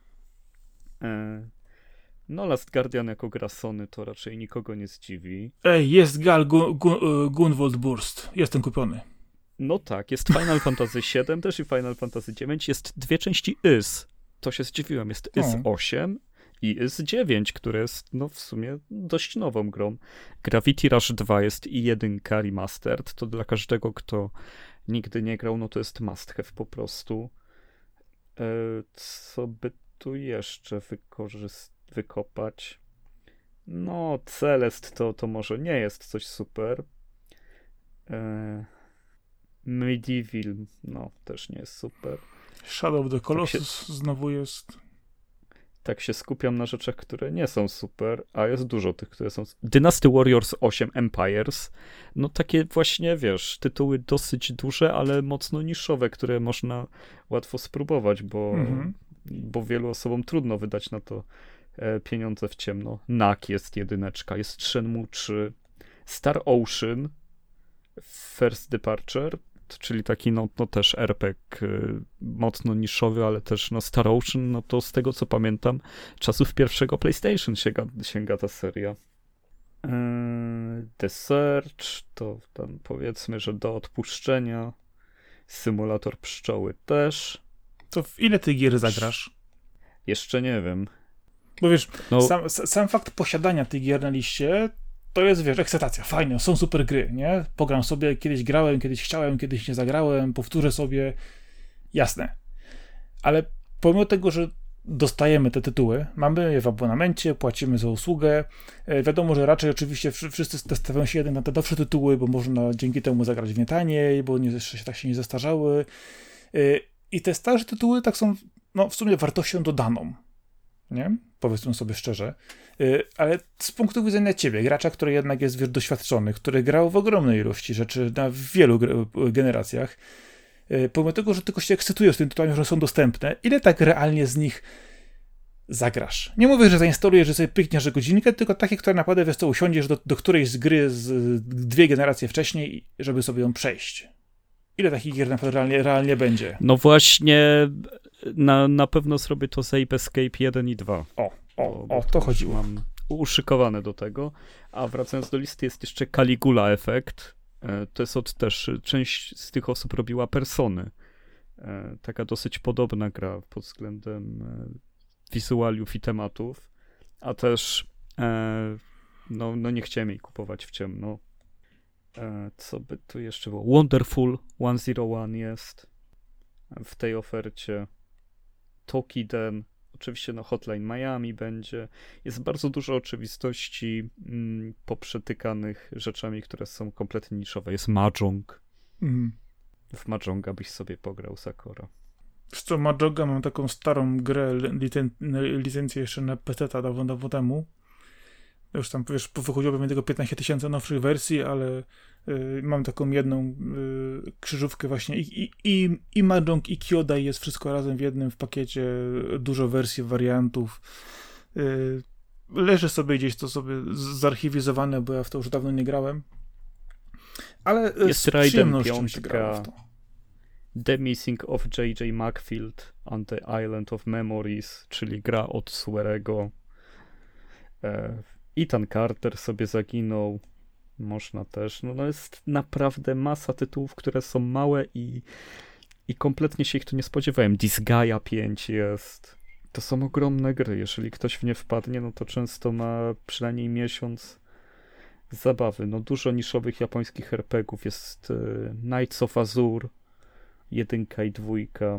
No, Last Guardian jako gra Sony to raczej nikogo nie zdziwi. Ej, jest Gal Gunvolt Burst. Jestem kupiony. No tak, jest Final Fantasy VII też i Final Fantasy IX. Jest dwie części IS. To się zdziwiłem. Jest IS 8 i IS 9, które jest no w sumie dość nową grą. Gravity Rush 2 jest i 1 remastered. To dla każdego, kto nigdy nie grał, no to jest must have po prostu. Co by tu jeszcze wykopać? No, Celest to może nie jest coś super. Medieval, no, też nie jest super. Shadow of the Colossus znowu jest. Tak się skupiam na rzeczach, które nie są super, a jest dużo tych, które są... Dynasty Warriors 8 Empires, no takie właśnie, wiesz, tytuły dosyć duże, ale mocno niszowe, które można łatwo spróbować, bo wielu osobom trudno wydać na to pieniądze w ciemno. NAK jest jedyneczka, jest Shenmue 3, Star Ocean, First Departure, czyli taki no też RPG mocno niszowy, ale też no Star Ocean, no to z tego co pamiętam, czasów pierwszego PlayStation sięga ta seria. The Search, to tam powiedzmy, że do odpuszczenia. Symulator pszczoły też. To w ile ty gier zagrasz? Jeszcze nie wiem. Bo wiesz, sam fakt posiadania tych gier na liście to jest, wiesz, ekscytacja, fajne, są super gry, nie? Pogram sobie, kiedyś grałem, kiedyś chciałem, kiedyś nie zagrałem, powtórzę sobie, jasne. Ale pomimo tego, że dostajemy te tytuły, mamy je w abonamencie, płacimy za usługę, wiadomo, że raczej oczywiście wszyscy testawią się jednak na te nowsze tytuły, bo można dzięki temu zagrać w nie taniej, bo tak się nie zestarzały. I te starsze tytuły tak są, no, w sumie wartością dodaną. Nie? Powiedzmy sobie szczerze, ale z punktu widzenia ciebie, gracza, który jednak jest, wiesz, doświadczony, który grał w ogromnej ilości rzeczy na wielu generacjach, pomimo tego, że tylko się ekscytujesz tym tytułami, że są dostępne, ile tak realnie z nich zagrasz? Nie mówię, że zainstalujesz, że sobie pykniesz godzinkę, tylko takie, które naprawdę, wiesz co, usiądziesz do którejś z gry z 2 generacje wcześniej, żeby sobie ją przejść. Ile takich gier naprawdę realnie będzie? No właśnie, na pewno zrobię to z Ape Escape 1 i 2. O to chodziło. Mam uszykowane do tego. A wracając do listy, jest jeszcze Caligula Effect. To jest też część z tych osób robiła Persony. Taka dosyć podobna gra pod względem wizualiów i tematów. A też no nie chciałem jej kupować w ciemno. Co by tu jeszcze było? Wonderful 101 jest w tej ofercie. Tokiden, oczywiście no Hotline Miami będzie. Jest bardzo dużo oczywistości poprzetykanych rzeczami, które są kompletnie niszowe. Jest Mahjong. W Mahjonga byś sobie pograł, Sakura. Wiesz co, Mahjonga mam taką starą grę, licencję jeszcze na PC-ta dawno temu. Już tam, wiesz, wychodziło pewnie tego 15 000 nowszych wersji, ale mam taką jedną krzyżówkę właśnie i Mahjong, i Kyodai jest wszystko razem w jednym, w pakiecie, dużo wersji, wariantów. Leży sobie gdzieś to sobie zarchiwizowane, bo ja w to już dawno nie grałem. Ale jest z przyjemnością 5, się grało w to. The Missing of J.J. Macfield on the Island of Memories, czyli gra od Suerego. Ethan Carter sobie zaginął. Można też. No jest naprawdę masa tytułów, które są małe i kompletnie się ich tu nie spodziewałem. Disgaea 5 jest. To są ogromne gry. Jeżeli ktoś w nie wpadnie, no to często ma przynajmniej miesiąc zabawy. No dużo niszowych japońskich RPGów. Jest Knights of Azur 1 i 2.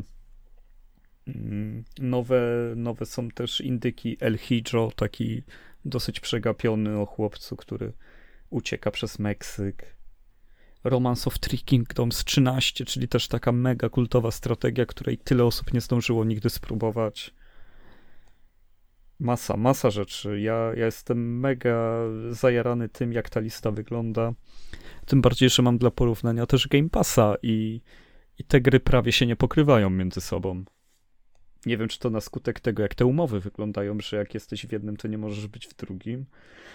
Nowe są też indyki El Hijro, taki dosyć przegapiony o chłopcu, który ucieka przez Meksyk. Romance of Three Kingdoms 13, czyli też taka mega kultowa strategia, której tyle osób nie zdążyło nigdy spróbować. Masa rzeczy. Ja jestem mega zajarany tym, jak ta lista wygląda. Tym bardziej, że mam dla porównania też Game Passa i te gry prawie się nie pokrywają między sobą. Nie wiem, czy to na skutek tego, jak te umowy wyglądają, że jak jesteś w jednym, to nie możesz być w drugim.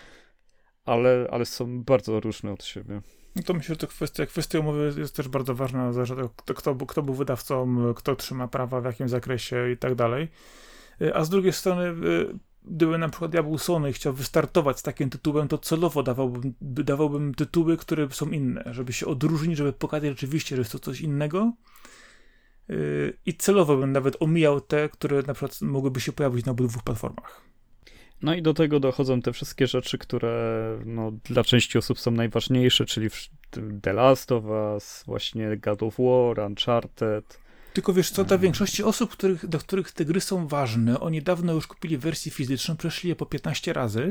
Ale są bardzo różne od siebie. No to myślę, że to kwestia umowy jest też bardzo ważna, zależy od tego, kto był wydawcą, kto trzyma prawa, w jakim zakresie i tak dalej. A z drugiej strony, gdyby na przykład ja był Sony i chciał wystartować z takim tytułem, to celowo dawałbym tytuły, które są inne, żeby się odróżnić, żeby pokazać rzeczywiście, że jest to coś innego. I celowo bym nawet omijał te, które na przykład mogłyby się pojawić na obydwu platformach. No i do tego dochodzą te wszystkie rzeczy, które dla części osób są najważniejsze, czyli The Last of Us, właśnie God of War, Uncharted. Tylko wiesz co, dla większości osób, do których te gry są ważne, oni dawno już kupili wersję fizyczną, przeszli je po 15 razy.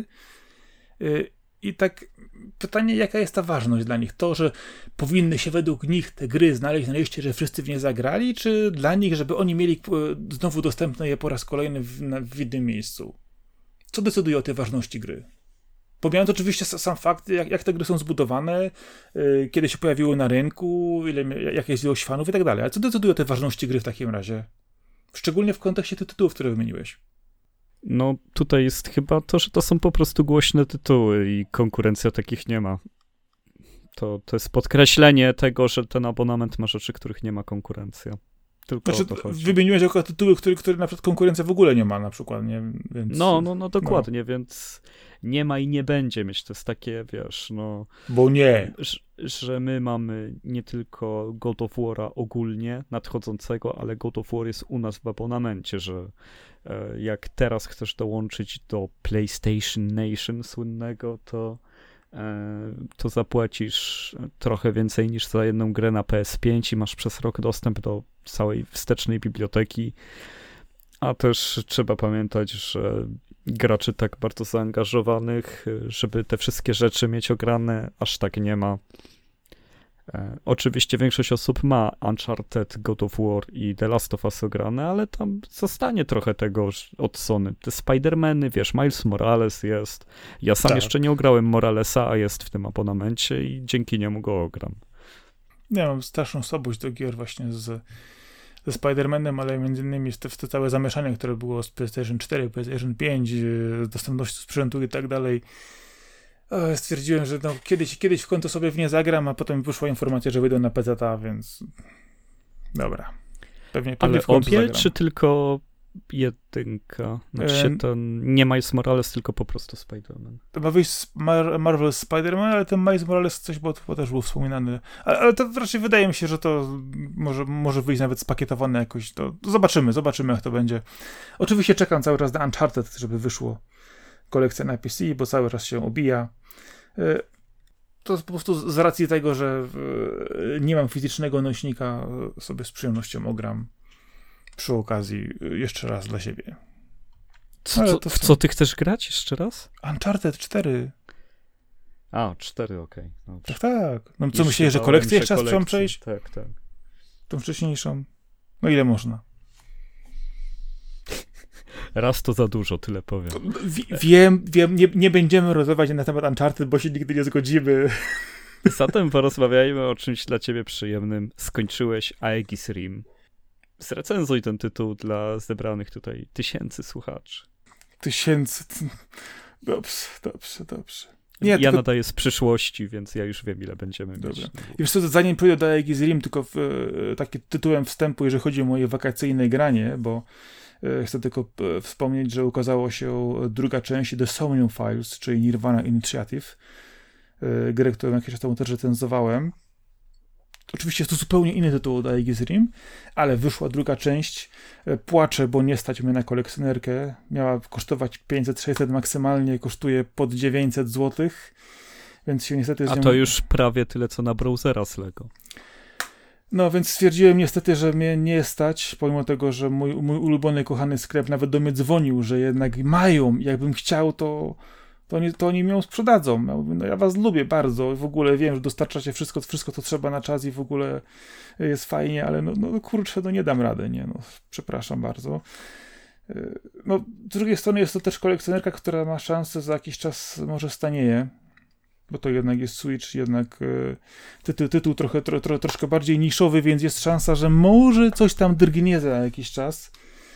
I tak pytanie, jaka jest ta ważność dla nich? To, że powinny się według nich te gry znaleźć na liście, że wszyscy w nie zagrali, czy dla nich, żeby oni mieli znowu dostępne je po raz kolejny w innym miejscu? Co decyduje o tej ważności gry? Pomijając oczywiście sam fakt, jak te gry są zbudowane, kiedy się pojawiły na rynku, jaka jest ilość fanów i tak dalej. Ale co decyduje o tej ważności gry w takim razie? Szczególnie w kontekście tych tytułów, które wymieniłeś. No tutaj jest chyba to, że to są po prostu głośne tytuły i konkurencja takich nie ma. To jest podkreślenie tego, że ten abonament ma rzeczy, których nie ma konkurencja. Tylko znaczy, o to chodzi. Wymieniłeś jako tytuły, które na przykład konkurencja w ogóle nie ma na przykład, nie? Więc, no dokładnie, więc nie ma i nie będzie mieć. To jest takie, wiesz, Bo nie. Że my mamy nie tylko God of War'a ogólnie nadchodzącego, ale God of War jest u nas w abonamencie, że jak teraz chcesz dołączyć do PlayStation Nation słynnego, to zapłacisz trochę więcej niż za jedną grę na PS5 i masz przez rok dostęp do całej wstecznej biblioteki. A też trzeba pamiętać, że graczy tak bardzo zaangażowanych, żeby te wszystkie rzeczy mieć ograne, aż tak nie ma. Oczywiście większość osób ma Uncharted, God of War i The Last of Us ograne, ale tam zostanie trochę tego od Sony. Te Spider-Many, wiesz, Miles Morales jest. Ja sam jeszcze nie ograłem Moralesa, a jest w tym abonamencie i dzięki niemu go ogram. Ja mam straszną słabość do gier właśnie ze Spider-Manem, ale między innymi jest to całe zamieszanie, które było z PlayStation 4, PlayStation 5, z dostępnością sprzętu i tak dalej. Stwierdziłem, że kiedyś w końcu sobie w nie zagram, a potem wyszła informacja, że wyjdą na PC-ta, więc dobra. Pewnie ale w końcu obie, zagram. czy tylko jedynka? Znaczy to nie Miles Morales, tylko po prostu Spider-Man. To ma wyjść Marvel Spider-Man, ale ten Miles Morales coś, bo też był wspominany. Ale to raczej wydaje mi się, że to może wyjść nawet spakietowane jakoś. To zobaczymy jak to będzie. Oczywiście czekam cały czas na Uncharted, żeby wyszło kolekcja na PC, bo cały czas się obija. To po prostu z racji tego, że nie mam fizycznego nośnika, sobie z przyjemnością ogram przy okazji jeszcze raz dla siebie. W co ty chcesz grać jeszcze raz? Uncharted 4. A, 4, okej. Tak. No co myślisz, że kolekcję jeszcze raz trzeba przejść? Tak. Tą wcześniejszą? No ile można? Raz to za dużo, tyle powiem. Wiem, nie będziemy rozmawiać na temat Uncharted, bo się nigdy nie zgodzimy. Zatem porozmawiajmy o czymś dla ciebie przyjemnym. Skończyłeś Aegis Rim. Zrecenzuj ten tytuł dla zebranych tutaj tysięcy słuchaczy. Dobrze. Ja tylko nadaję z przyszłości, więc ja już wiem, ile będziemy mieć. Wiesz co, zanim pójdę do Aegis Rim, tylko takim tytułem wstępu, jeżeli chodzi o moje wakacyjne granie, bo chcę tylko wspomnieć, że ukazało się druga część The Somnium Files, czyli Nirvana Initiative, grę, którą jakiś czas temu też recenzowałem. Oczywiście jest to zupełnie inny tytuł od Aegis Rim, ale wyszła druga część. Płaczę, bo nie stać mnie na kolekcjonerkę. Miała kosztować 500-600, maksymalnie kosztuje pod 900 zł, więc się niestety... A to już prawie tyle, co na browsera z Lego. No, więc stwierdziłem niestety, że mnie nie stać, pomimo tego, że mój ulubiony, kochany sklep nawet do mnie dzwonił, że jednak mają, jakbym chciał, to oni mi ją sprzedadzą. Ja mówię, no ja was lubię bardzo, w ogóle wiem, że dostarczacie wszystko co trzeba na czas i w ogóle jest fajnie, ale no kurczę, no nie dam rady, nie, no przepraszam bardzo. No, z drugiej strony jest to też kolekcjonerka, która ma szansę za jakiś czas może stanieje, bo to jednak jest Switch, jednak tytuł troszkę bardziej niszowy, więc jest szansa, że może coś tam drgnie za jakiś czas.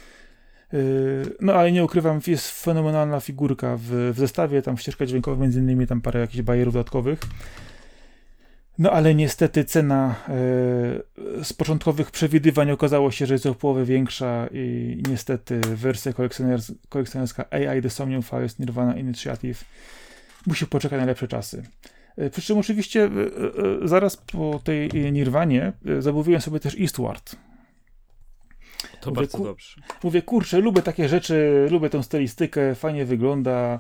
No ale nie ukrywam, jest fenomenalna figurka w zestawie, tam ścieżka dźwiękowa, między innymi tam parę jakichś bajerów dodatkowych. No ale niestety cena z początkowych przewidywań okazało się, że jest o połowę większa i niestety wersja kolekcjonerska AI The Somnium Files Nirvana Initiative musi poczekać na lepsze czasy. Przy czym oczywiście zaraz po tej Nirwanie zamówiłem sobie też Eastward. To bardzo dobrze. Mówię, kurczę, lubię takie rzeczy, lubię tę stylistykę, fajnie wygląda.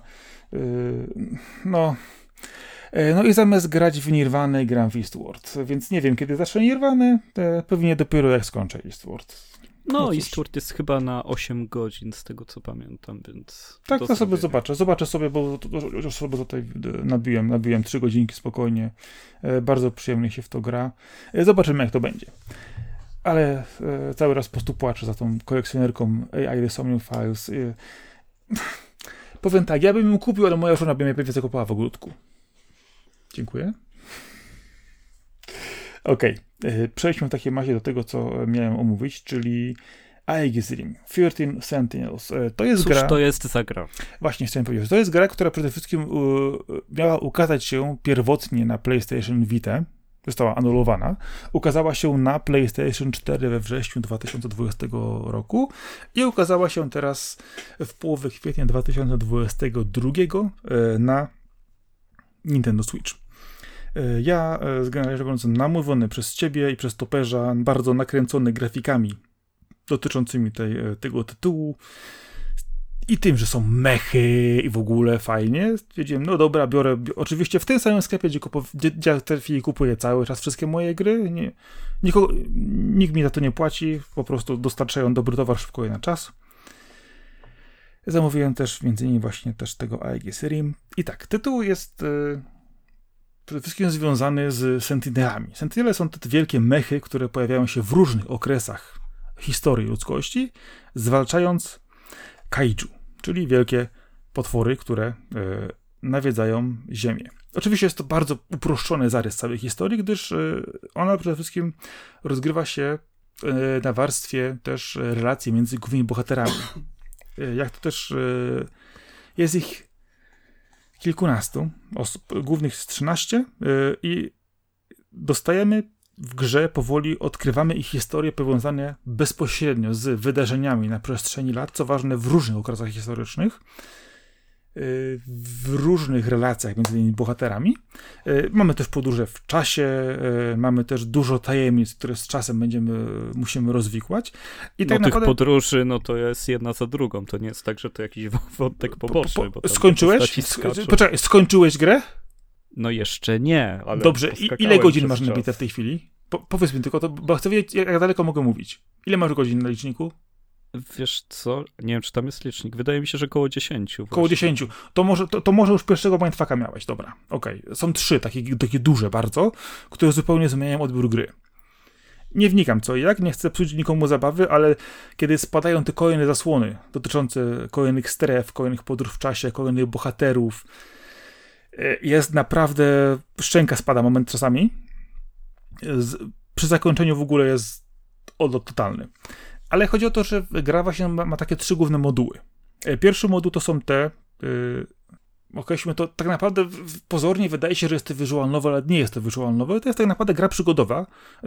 No i zamiast grać w Nirvanę, gram w Eastward. Więc nie wiem, kiedy zacznę Nirvanę, pewnie dopiero jak skończę Eastward. No Eastward jest chyba na 8 godzin, z tego co pamiętam, więc... Tak, to sobie zobaczę. Zobaczę sobie, bo już sobie tutaj nabiłem 3 godzinki spokojnie. Bardzo przyjemnie się w to gra. Zobaczymy, jak to będzie. Ale cały raz po prostu płaczę za tą kolekcjonerką AI The Somnium Files. Powiem tak, ja bym ją kupił, ale moja żona by mnie pewnie zakopała w ogródku. Dziękuję. Okej. Przejdźmy w takiej masie do tego, co miałem omówić, czyli Aegis Rim, 13 Sentinels. To jest gra... Cóż to jest za gra? Właśnie chciałem powiedzieć. To jest gra, która przede wszystkim miała ukazać się pierwotnie na PlayStation Vita. Została anulowana. Ukazała się na PlayStation 4 we wrześniu 2020 roku i ukazała się teraz w połowie kwietnia 2022 na Nintendo Switch. Ja, generalnie mówiąc, namówiony przez ciebie i przez toperza, bardzo nakręcony grafikami dotyczącymi tego tytułu i tym, że są mechy i w ogóle fajnie, stwierdziłem, no dobra, biorę oczywiście w tym samym sklepie, gdzie w tej chwili kupuję cały czas wszystkie moje gry. Nikt mi za to nie płaci, po prostu dostarczają dobry towar szybko i na czas. Zamówiłem też między innymi właśnie też tego Aegis Rim. I tak, tytuł jest przede wszystkim związany z Sentinelami. Sentinele są te wielkie mechy, które pojawiają się w różnych okresach historii ludzkości, zwalczając kaiju, czyli wielkie potwory, które nawiedzają Ziemię. Oczywiście jest to bardzo uproszczony zarys całej historii, gdyż ona przede wszystkim rozgrywa się na warstwie też relacji między głównymi bohaterami. Jak to też jest ich kilkunastu osób, głównych jest 13 i dostajemy w grze powoli, odkrywamy ich historie powiązane bezpośrednio z wydarzeniami na przestrzeni lat, co ważne w różnych okresach historycznych, w różnych relacjach między tymi bohaterami. Mamy też podróże w czasie, mamy też dużo tajemnic, które z czasem musimy rozwikłać. I tak naprawdę... tych podróży, no to jest jedna za drugą, to nie jest tak, że to jakiś wątek poboczny. Skończyłeś? Poczekaj, skończyłeś grę? No jeszcze nie, ale... Dobrze, ile godzin masz nabite w tej chwili? Powiedz mi tylko, bo chcę wiedzieć, jak daleko mogę mówić. Ile masz godzin na liczniku? Wiesz co? Nie wiem, czy tam jest licznik. Wydaje mi się, że koło 10. Właśnie. Koło 10. To może już pierwszego mindfucka miałeś. Dobra, okej. Są 3, takie duże bardzo, które zupełnie zmieniają odbiór gry. Nie wnikam co i jak, nie chcę psuć nikomu zabawy, ale kiedy spadają te kolejne zasłony dotyczące kolejnych stref, kolejnych podróż w czasie, kolejnych bohaterów, jest naprawdę, szczęka spada moment czasami. Przy zakończeniu w ogóle jest odlot totalny. Ale chodzi o to, że gra właśnie ma takie 3 główne moduły. Pierwszy moduł to są te, określmy to, tak naprawdę pozornie wydaje się, że jest to visual novel, ale nie jest to visual novel. To jest tak naprawdę gra przygodowa,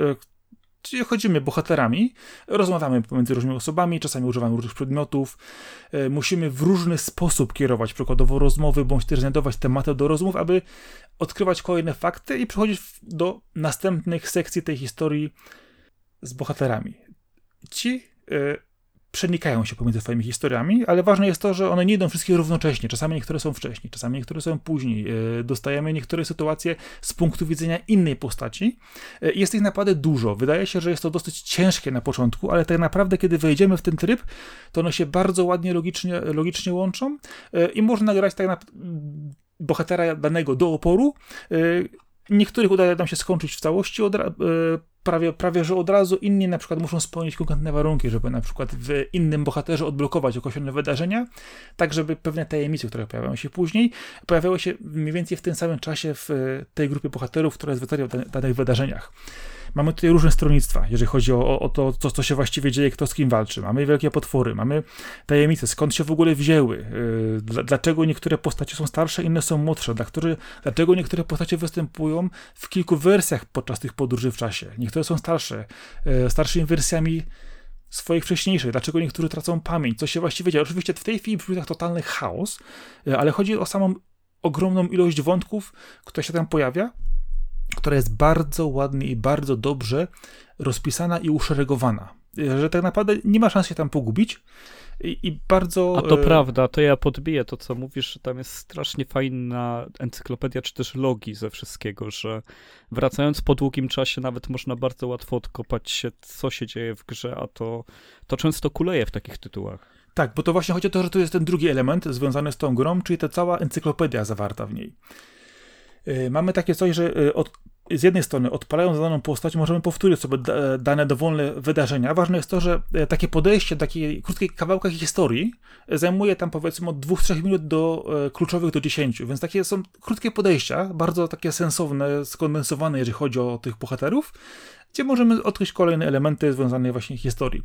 czyli chodzimy bohaterami, rozmawiamy pomiędzy różnymi osobami, czasami używamy różnych przedmiotów, musimy w różny sposób kierować przykładowo rozmowy, bądź też znajdować tematy do rozmów, aby odkrywać kolejne fakty i przechodzić do następnych sekcji tej historii z bohaterami. Ci przenikają się pomiędzy swoimi historiami, ale ważne jest to, że one nie idą wszystkie równocześnie. Czasami niektóre są wcześniej, czasami niektóre są później. Dostajemy niektóre sytuacje z punktu widzenia innej postaci. Jest ich naprawdę dużo. Wydaje się, że jest to dosyć ciężkie na początku, ale tak naprawdę, kiedy wejdziemy w ten tryb, to one się bardzo ładnie, logicznie łączą i można grać tak na bohatera danego do oporu. Niektórych udaje nam się skończyć w całości prawie że od razu, inni na przykład muszą spełnić konkretne warunki, żeby na przykład w innym bohaterze odblokować określone wydarzenia, tak żeby pewne tajemnice, które pojawiają się później, pojawiały się mniej więcej w tym samym czasie w tej grupie bohaterów, która jest w danych wydarzeniach. Mamy tutaj różne stronnictwa, jeżeli chodzi o to, co się właściwie dzieje, kto z kim walczy. Mamy wielkie potwory, mamy tajemnice, skąd się w ogóle wzięły, dlaczego niektóre postacie są starsze, inne są młodsze, dlaczego niektóre postacie występują w kilku wersjach podczas tych podróży w czasie. Niektóre są starszymi wersjami swoich wcześniejszych, dlaczego niektórzy tracą pamięć, co się właściwie dzieje. Oczywiście w tej chwili brzmi tak totalny chaos, ale chodzi o samą ogromną ilość wątków, która się tam pojawia, która jest bardzo ładnie i bardzo dobrze rozpisana i uszeregowana. Że tak naprawdę nie ma szans się tam pogubić i bardzo... A to prawda, to ja podbiję to, co mówisz, że tam jest strasznie fajna encyklopedia, czy też logi ze wszystkiego, że wracając po długim czasie nawet można bardzo łatwo odkopać się, co się dzieje w grze, a to często kuleje w takich tytułach. Tak, bo to właśnie chodzi o to, że to jest ten drugi element związany z tą grą, czyli ta cała encyklopedia zawarta w niej. Mamy takie coś, że z jednej strony odpalając daną postać możemy powtórzyć sobie dane dowolne wydarzenia. Ważne jest to, że takie podejście do takiej krótkiej kawałka historii zajmuje tam powiedzmy od 2-3 minut do kluczowych do 10, więc takie są krótkie podejścia, bardzo takie sensowne, skondensowane, jeżeli chodzi o tych bohaterów, gdzie możemy odkryć kolejne elementy związane właśnie z historii.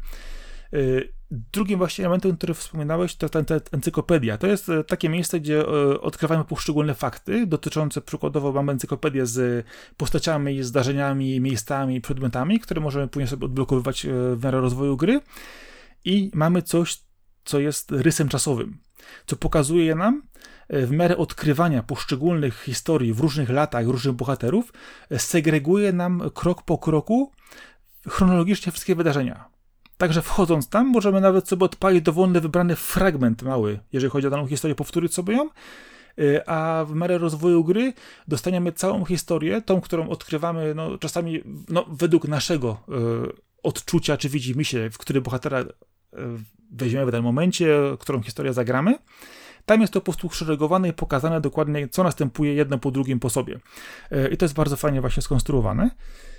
Drugim właśnie elementem, który wspominałeś, to ta encyklopedia. To jest takie miejsce, gdzie odkrywamy poszczególne fakty dotyczące, przykładowo mamy encyklopedię z postaciami, zdarzeniami, miejscami, przedmiotami, które możemy później sobie odblokowywać w miarę rozwoju gry i mamy coś, co jest rysem czasowym, co pokazuje nam w miarę odkrywania poszczególnych historii w różnych latach, różnych bohaterów, segreguje nam krok po kroku chronologicznie wszystkie wydarzenia. Także wchodząc tam, możemy nawet sobie odpalić dowolny, wybrany fragment mały, jeżeli chodzi o daną historię, powtórzyć sobie ją, a w miarę rozwoju gry dostaniemy całą historię, tą, którą odkrywamy, czasami według naszego odczucia, czy widzimisię, w który bohatera weźmiemy w danym momencie, którą historię zagramy. Tam jest to po prostu szeregowane i pokazane dokładnie, co następuje jedno po drugim po sobie. I to jest bardzo fajnie właśnie skonstruowane.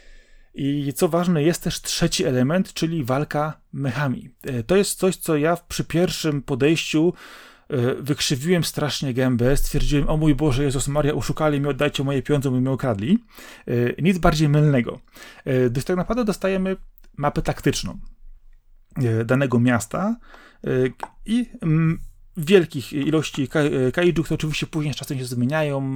I co ważne, jest też trzeci element, czyli walka mechami. To jest coś, co ja przy pierwszym podejściu wykrzywiłem strasznie gębę, stwierdziłem, o mój Boże, Jezus Maria, oszukali mnie, oddajcie moje pieniądze, bo mnie okradli. Nic bardziej mylnego. Tak naprawdę dostajemy mapę taktyczną danego miasta i wielkich ilości kaiju, które oczywiście później z czasem się zmieniają,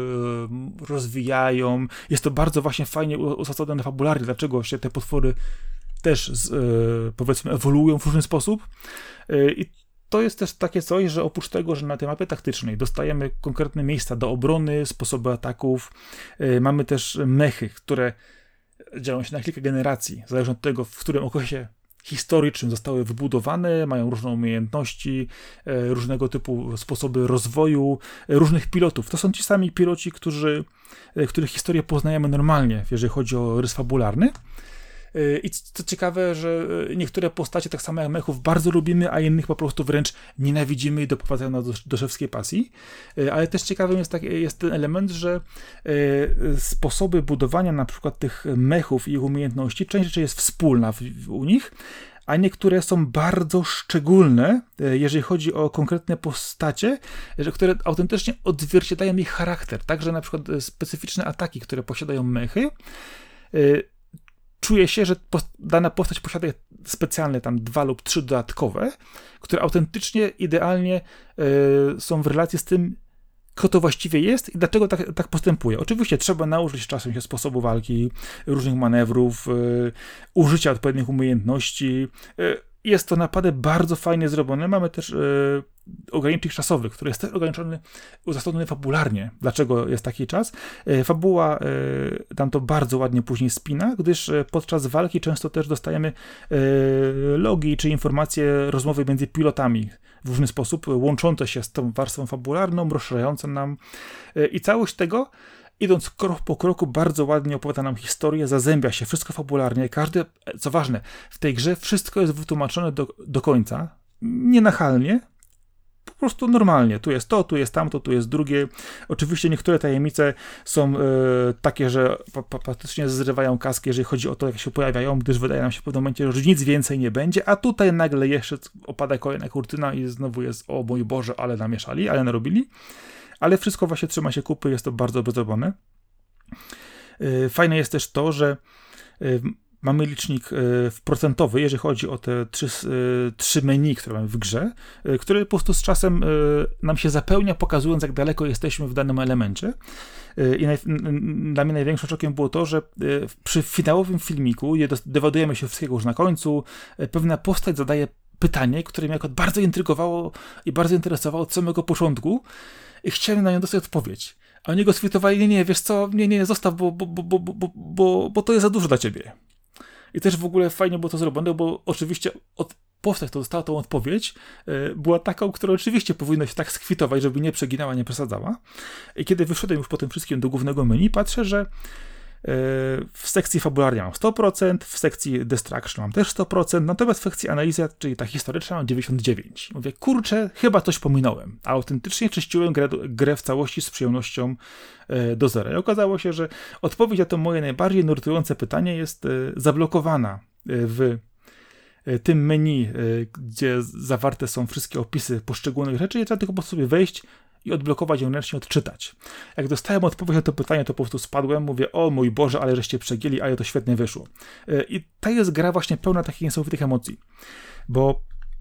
rozwijają. Jest to bardzo właśnie fajnie osadzone fabularnie, dlaczego się te potwory też powiedzmy ewoluują w różny sposób. I to jest też takie coś, że oprócz tego, że na tej mapie taktycznej dostajemy konkretne miejsca do obrony, sposoby ataków, mamy też mechy, które dzielą się na kilka generacji, zależnie od tego, w którym okresie historycznym zostały wybudowane, mają różne umiejętności, różnego typu sposoby rozwoju, różnych pilotów. To są ci sami piloci, których historię poznajemy normalnie, jeżeli chodzi o rys fabularny. I co ciekawe, że niektóre postacie, tak samo jak mechów, bardzo lubimy, a innych po prostu wręcz nienawidzimy i doprowadzają nas do szewskiej pasji. Ale też ciekawym jest ten element, że sposoby budowania na przykład tych mechów i ich umiejętności, część rzeczy jest wspólna u nich, a niektóre są bardzo szczególne, jeżeli chodzi o konkretne postacie, które autentycznie odzwierciedlają ich charakter. Także na przykład specyficzne ataki, które posiadają mechy, czuje się, że dana postać posiada specjalne tam 2 lub 3 dodatkowe, które autentycznie, idealnie są w relacji z tym, kto to właściwie jest i dlaczego tak postępuje. Oczywiście trzeba nauczyć czasem się sposobu walki, różnych manewrów, użycia odpowiednich umiejętności. Jest to naprawdę bardzo fajnie zrobione. Mamy też ogranicznik czasowy, który jest też ograniczony, uzasadniony fabularnie. Dlaczego jest taki czas? Fabuła nam to bardzo ładnie później spina, gdyż podczas walki często też dostajemy logi czy informacje, rozmowy między pilotami w różny sposób, łączące się z tą warstwą fabularną, rozszerzające nam i całość tego, idąc krok po kroku, bardzo ładnie opowiada nam historię, zazębia się wszystko fabularnie, co ważne, w tej grze wszystko jest wytłumaczone do końca, nienachalnie, po prostu normalnie. Tu jest to, tu jest tamto, tu jest drugie. Oczywiście niektóre tajemnice są takie, że praktycznie zrywają kaskę, jeżeli chodzi o to, jak się pojawiają, gdyż wydaje nam się w pewnym momencie, że nic więcej nie będzie, a tutaj nagle jeszcze opada kolejna kurtyna i znowu jest, o mój Boże, ale namieszali, ale narobili. Ale wszystko właśnie trzyma się kupy, jest to bardzo dobrze zrobione. Fajne jest też to, że mamy licznik procentowy, jeżeli chodzi o te 3 menu, które mamy w grze, który po prostu z czasem nam się zapełnia, pokazując, jak daleko jesteśmy w danym elemencie. I dla mnie największym szokiem było to, że przy finałowym filmiku, gdzie dowiadujemy się wszystkiego już na końcu, pewna postać zadaje pytanie, które mnie bardzo intrygowało i bardzo interesowało od samego początku i chciałem na nią dostać odpowiedź. A oni go skwitowali, nie, wiesz co, nie, zostaw, bo to jest za dużo dla ciebie. I też w ogóle fajnie było to zrobione, bo oczywiście postać, która dostała tą odpowiedź, była taką, którą oczywiście powinno się tak skwitować, żeby nie przeginała, nie przesadzała. I kiedy wyszedłem już po tym wszystkim do głównego menu, patrzę, że w sekcji fabularnej mam 100%, w sekcji Destruction mam też 100%, natomiast w sekcji analiza, czyli ta historyczna, mam 99%. Mówię, kurczę, chyba coś pominąłem. A autentycznie czyściłem grę w całości z przyjemnością do zera. I okazało się, że odpowiedź na to moje najbardziej nurtujące pytanie jest zablokowana w tym menu, gdzie zawarte są wszystkie opisy poszczególnych rzeczy i trzeba tylko po sobie wejść i odblokować ją ręcznie, odczytać. Jak dostałem odpowiedź na to pytanie, to po prostu spadłem, mówię, o mój Boże, ale żeście przegięli, ale to świetnie wyszło. I ta jest gra właśnie pełna takich niesamowitych emocji, bo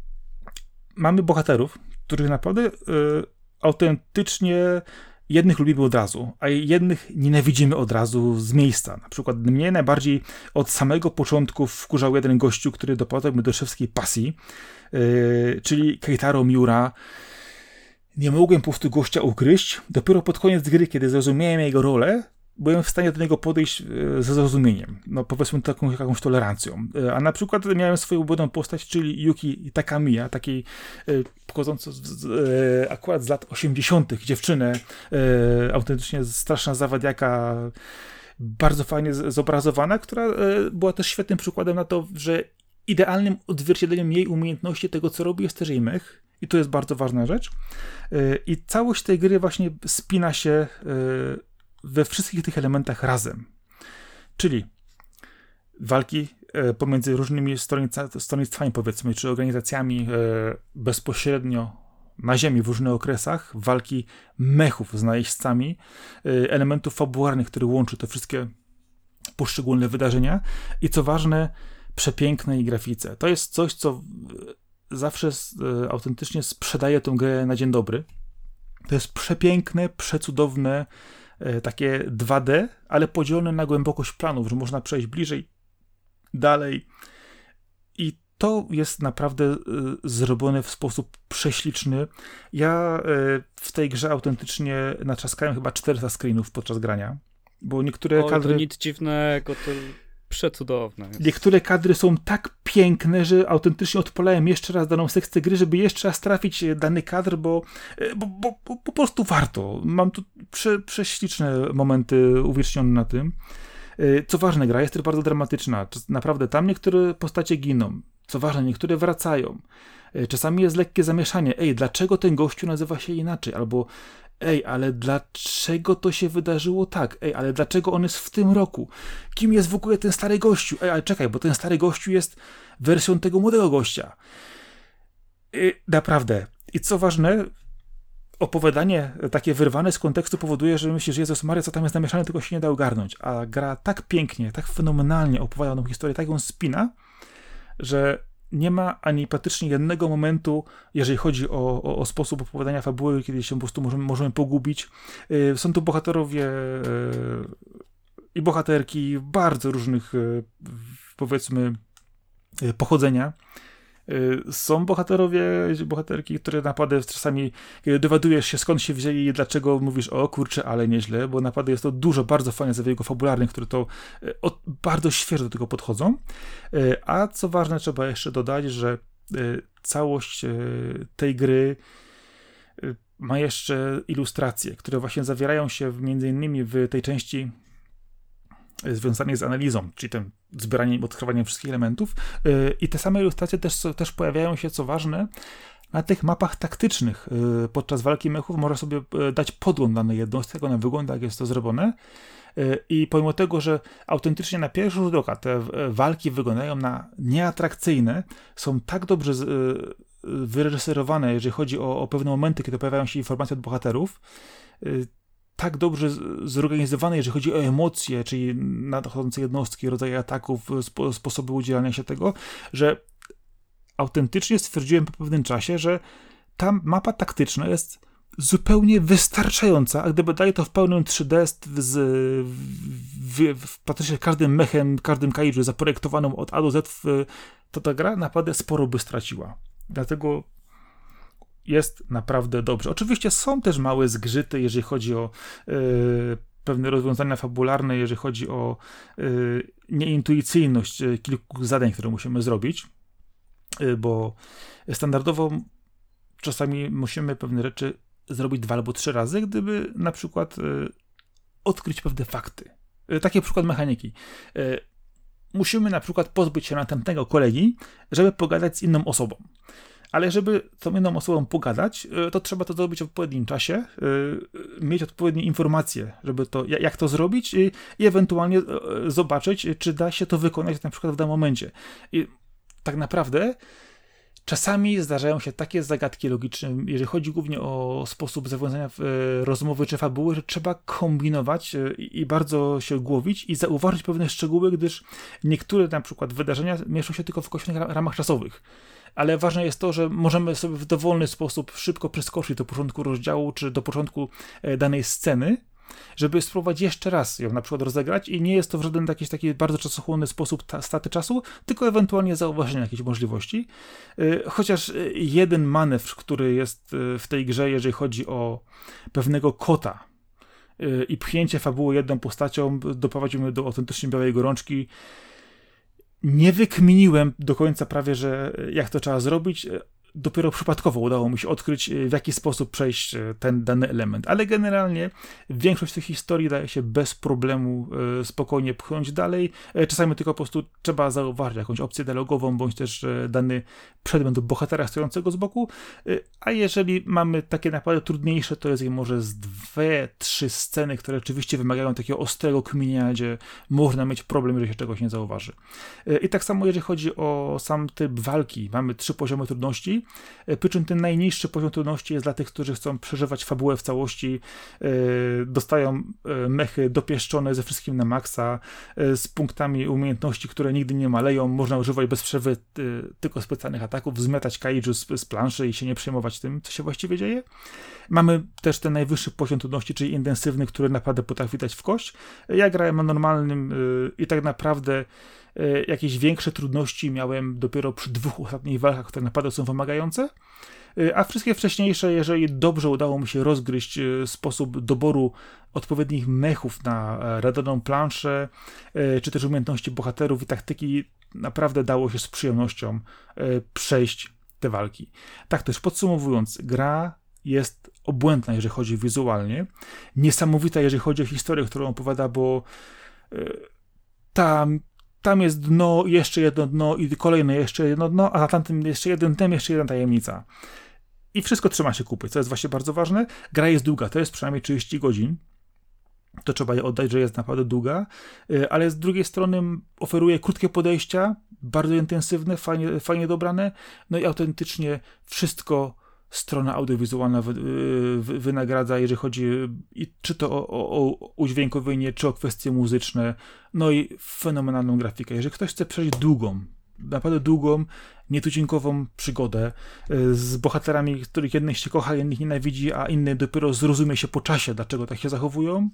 mamy bohaterów, których naprawdę autentycznie jednych lubimy od razu, a jednych nienawidzimy od razu z miejsca. Na przykład mnie najbardziej od samego początku wkurzał jeden gościu, który doprowadził mnie do szewskiej pasji, czyli Keitaro Miura. Nie mogłem po prostu gościa ukryć. Dopiero pod koniec gry, kiedy zrozumiałem jego rolę, byłem w stanie do niego podejść ze zrozumieniem. No powiedzmy taką jakąś tolerancją. A na przykład miałem swoją ulubioną postać, czyli Yuki Takamiya, takiej pochodzącą akurat z lat 80. dziewczynę, autentycznie straszna zawadiaka, bardzo fajnie zobrazowana, która była też świetnym przykładem na to, że idealnym odzwierciedleniem jej umiejętności, tego co robi, jest też jej mech. I to jest bardzo ważna rzecz. I całość tej gry właśnie spina się we wszystkich tych elementach razem. Czyli walki pomiędzy różnymi stronnictwami, powiedzmy, czy organizacjami bezpośrednio na ziemi w różnych okresach, walki mechów z najeźdźcami, elementów fabularnych, które łączy te wszystkie poszczególne wydarzenia i co ważne, przepięknej grafice. To jest coś, co zawsze autentycznie sprzedaje tę grę na dzień dobry. To jest przepiękne, przecudowne, takie 2D, ale podzielone na głębokość planów, że można przejść bliżej, dalej. I to jest naprawdę zrobione w sposób prześliczny. Ja w tej grze autentycznie natrzaskałem chyba 400 screenów podczas grania, bo niektóre kadry... to nic dziwnego, to przecudowne jest. Niektóre kadry są tak piękne, że autentycznie odpalałem jeszcze raz daną sekcję gry, żeby jeszcze raz trafić dany kadr, bo po prostu warto. Mam tu prześliczne momenty uwiecznione na tym. Co ważne, gra jest też bardzo dramatyczna. Naprawdę, tam niektóre postacie giną. Co ważne, niektóre wracają. Czasami jest lekkie zamieszanie. Dlaczego ten gościu nazywa się inaczej? Albo ale dlaczego to się wydarzyło tak? Ale dlaczego on jest w tym roku? Kim jest w ogóle ten stary gościu? Ale czekaj, bo ten stary gościu jest wersją tego młodego gościa. Naprawdę. I co ważne, opowiadanie takie wyrwane z kontekstu powoduje, że myślisz, że Jezus Maria, co tam jest namieszane, tego się nie da ogarnąć. A gra tak pięknie, tak fenomenalnie opowiada tą historię, tak ją spina, że nie ma ani praktycznie jednego momentu, jeżeli chodzi o sposób opowiadania fabuły, kiedy się po prostu możemy pogubić. Są tu bohaterowie i bohaterki bardzo różnych, powiedzmy, pochodzenia. Są bohaterki, które napady czasami, kiedy dowiadujesz się, skąd się wzięli i dlaczego, mówisz, o kurczę, ale nieźle, bo napady jest to dużo bardzo fajnych zabiegów fabularnych, które to bardzo świeżo do tego podchodzą. A co ważne, trzeba jeszcze dodać, że całość tej gry ma jeszcze ilustracje, które właśnie zawierają się między innymi w tej części związanej z analizą, czyli tym zbieraniem i odkrywaniem wszystkich elementów. I te same ilustracje też pojawiają się, co ważne, na tych mapach taktycznych. Podczas walki mechów można sobie dać podgląd danej jednostki, jak ona wygląda, jak jest to zrobione. I pomimo tego, że autentycznie na pierwszy rzut oka te walki wyglądają na nieatrakcyjne, są tak dobrze wyreżyserowane, jeżeli chodzi o pewne momenty, kiedy pojawiają się informacje od bohaterów, tak dobrze zorganizowane, jeżeli chodzi o emocje, czyli nadchodzące jednostki, rodzaje ataków, sposoby udzielania się tego, że autentycznie stwierdziłem po pewnym czasie, że ta mapa taktyczna jest zupełnie wystarczająca, a gdyby dali to w pełnym 3D praktycznie każdym mechem, każdym kaiju zaprojektowaną od A do Z, to ta gra naprawdę sporo by straciła. Dlatego jest naprawdę dobrze. Oczywiście są też małe zgrzyty, jeżeli chodzi o pewne rozwiązania fabularne, jeżeli chodzi o nieintuicyjność kilku zadań, które musimy zrobić, bo standardowo czasami musimy pewne rzeczy zrobić 2 albo 3 razy, gdyby na przykład odkryć pewne fakty. Taki przykład mechaniki. Musimy na przykład pozbyć się następnego kolegi, żeby pogadać z inną osobą. Ale żeby z tą inną osobą pogadać, to trzeba to zrobić w odpowiednim czasie, mieć odpowiednie informacje, żeby to, jak to zrobić i ewentualnie zobaczyć, czy da się to wykonać na przykład w danym momencie. I tak naprawdę czasami zdarzają się takie zagadki logiczne, jeżeli chodzi głównie o sposób zawiązania rozmowy czy fabuły, że trzeba kombinować i bardzo się głowić i zauważyć pewne szczegóły, gdyż niektóre na przykład wydarzenia mieszczą się tylko w określonych ramach czasowych. Ale ważne jest to, że możemy sobie w dowolny sposób szybko przeskoczyć do początku rozdziału czy do początku danej sceny, żeby spróbować jeszcze raz ją na przykład rozegrać i nie jest to w żaden jakiś taki bardzo czasochłonny sposób straty czasu, tylko ewentualnie zauważenie jakiejś możliwości. Chociaż jeden manewr, który jest w tej grze, jeżeli chodzi o pewnego kota i pchnięcie fabuły jedną postacią, doprowadził mnie do autentycznie białej gorączki. Nie wykminiłem do końca prawie, że jak to trzeba zrobić. Dopiero przypadkowo udało mi się odkryć, w jaki sposób przejść ten dany element. Ale generalnie większość tych historii daje się bez problemu spokojnie pchnąć dalej. Czasami tylko po prostu trzeba zauważyć jakąś opcję dialogową, bądź też dany przedmiot bohatera stojącego z boku. A jeżeli mamy takie napady trudniejsze, to jest może z 2-3 sceny, które rzeczywiście wymagają takiego ostrego kminienia, gdzie można mieć problem, jeżeli się czegoś nie zauważy. I tak samo jeżeli chodzi o sam typ walki. Mamy 3 poziomy trudności. Przy czym ten najniższy poziom trudności jest dla tych, którzy chcą przeżywać fabułę w całości, dostają mechy dopieszczone ze wszystkim na maksa, z punktami umiejętności, które nigdy nie maleją, można używać bez przerwy tylko specjalnych ataków, zmiatać kaiju z planszy i się nie przejmować tym, co się właściwie dzieje. Mamy też ten najwyższy poziom trudności, czyli intensywny, który naprawdę potrafi dać w kość. Ja grałem na normalnym i tak naprawdę jakieś większe trudności miałem dopiero przy 2 ostatnich walkach, które naprawdę są wymagające, a wszystkie wcześniejsze, jeżeli dobrze udało mi się rozgryźć sposób doboru odpowiednich mechów na daną planszę, czy też umiejętności bohaterów i taktyki, naprawdę dało się z przyjemnością przejść te walki. Tak też podsumowując, gra jest obłędna, jeżeli chodzi wizualnie, niesamowita, jeżeli chodzi o historię, którą opowiada, bo tam jest dno, jeszcze jedno dno i kolejne jeszcze jedno dno, a na tamtym jeszcze jeden tem, jeszcze jedna tajemnica. I wszystko trzyma się kupy, co jest właśnie bardzo ważne. Gra jest długa, to jest przynajmniej 30 godzin. To trzeba je oddać, że jest naprawdę długa, ale z drugiej strony oferuje krótkie podejścia, bardzo intensywne, fajnie dobrane, no i autentycznie wszystko strona audiowizualna wynagradza, jeżeli chodzi czy to o udźwiękowienie, czy o kwestie muzyczne, no i fenomenalną grafikę. Jeżeli ktoś chce przejść naprawdę długą, nietuzinkową przygodę z bohaterami, których jednych się kocha, innych nienawidzi, a inny dopiero zrozumie się po czasie, dlaczego tak się zachowują.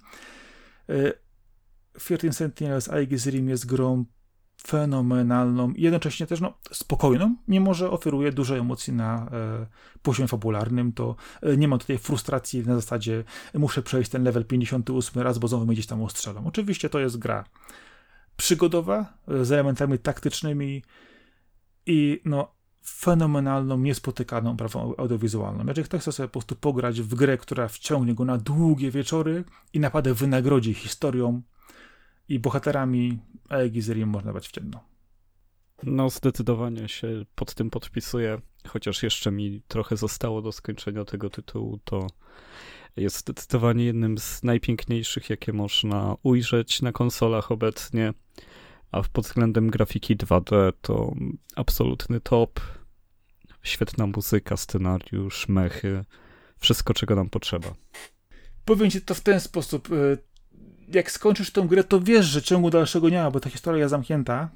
13 Sentinels Aegis Rim jest grą fenomenalną i jednocześnie też spokojną, mimo że oferuje dużo emocji na poziomie fabularnym, to nie ma tutaj frustracji na zasadzie muszę przejść ten level 58 raz, bo znowu mnie gdzieś tam ostrzelam. Oczywiście to jest gra przygodowa, z elementami taktycznymi i fenomenalną, niespotykaną prawą audiowizualną. Jeżeli ktoś chce sobie po prostu pograć w grę, która wciągnie go na długie wieczory i naprawdę wynagrodzi historią i bohaterami, Aegis Rim można brać w ciemno. No zdecydowanie się pod tym podpisuję, chociaż jeszcze mi trochę zostało do skończenia tego tytułu, to jest zdecydowanie jednym z najpiękniejszych, jakie można ujrzeć na konsolach obecnie, a pod względem grafiki 2D to absolutny top. Świetna muzyka, scenariusz, mechy, wszystko czego nam potrzeba. Powiem ci to w ten sposób, jak skończysz tę grę, to wiesz, że ciągu dalszego nie ma, bo ta historia jest zamknięta,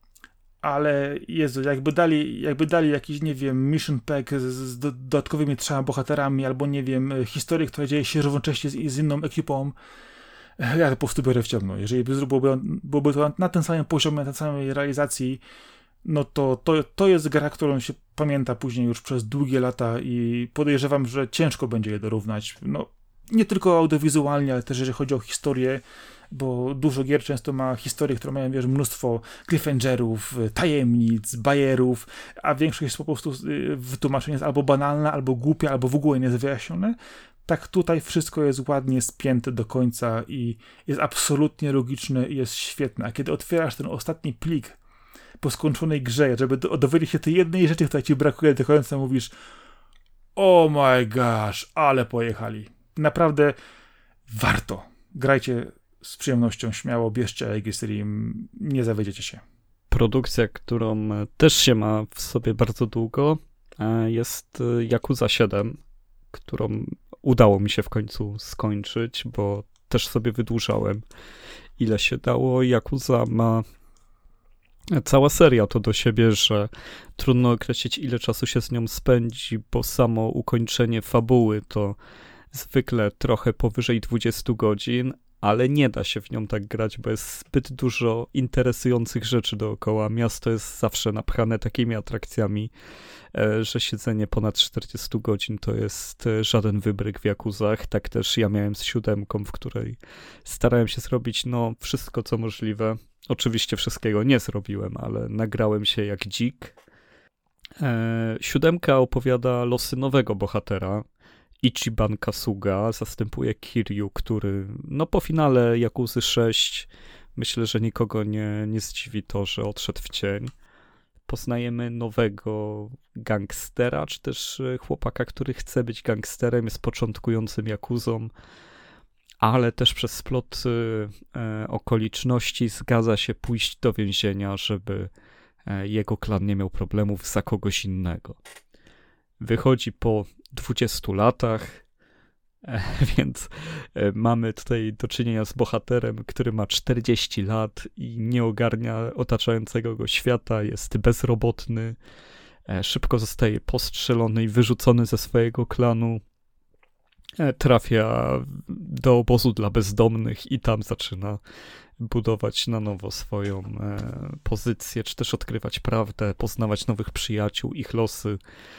ale Jezu, jakby dali jakiś, nie wiem, mission pack z dodatkowymi 3 bohaterami, albo nie wiem, historię, która dzieje się równocześnie z inną ekipą, ja to po prostu biorę w ciemno. Jeżeli byłoby to na tym samym poziomie, na tej samej realizacji, no to jest gra, którą się pamięta później już przez długie lata i podejrzewam, że ciężko będzie je dorównać. Nie tylko audiowizualnie, ale też jeżeli chodzi o historię, bo dużo gier często ma historie, które mają, mnóstwo cliffhangerów, tajemnic, bajerów, a większość jest po prostu wytłumaczenie jest albo banalna, albo głupia, albo w ogóle nie jest wyjaśnione. Tak tutaj wszystko jest ładnie spięte do końca i jest absolutnie logiczne i jest świetne. A kiedy otwierasz ten ostatni plik po skończonej grze, żeby dowiedzieć się tej jednej rzeczy, która ci brakuje do końca, mówisz oh my gosh, ale pojechali. Naprawdę warto. Grajcie z przyjemnością, śmiało, bierzcie Aegis Rim, nie zawiedziecie się. Produkcja, którą też się ma w sobie bardzo długo, jest Yakuza 7, którą udało mi się w końcu skończyć, bo też sobie wydłużałem ile się dało. Yakuza ma cała seria to do siebie, że trudno określić, ile czasu się z nią spędzi, bo samo ukończenie fabuły to zwykle trochę powyżej 20 godzin, ale nie da się w nią tak grać, bo jest zbyt dużo interesujących rzeczy dookoła. Miasto jest zawsze napchane takimi atrakcjami, że siedzenie ponad 40 godzin to jest żaden wybryk w Jakuzach. Tak też ja miałem z 7, w której starałem się zrobić wszystko, co możliwe. Oczywiście wszystkiego nie zrobiłem, ale nagrałem się jak dzik. 7 opowiada losy nowego bohatera, Ichiban Kasuga, zastępuje Kiryu, który po finale Yakuzy 6 myślę, że nikogo nie zdziwi to, że odszedł w cień. Poznajemy nowego gangstera, czy też chłopaka, który chce być gangsterem, jest początkującym Yakuzą, ale też przez splot okoliczności zgadza się pójść do więzienia, żeby jego klan nie miał problemów za kogoś innego. Wychodzi po 20 latach, więc mamy tutaj do czynienia z bohaterem, który ma 40 lat i nie ogarnia otaczającego go świata, jest bezrobotny, szybko zostaje postrzelony i wyrzucony ze swojego klanu, trafia do obozu dla bezdomnych i tam zaczyna budować na nowo swoją pozycję, czy też odkrywać prawdę, poznawać nowych przyjaciół, ich losy.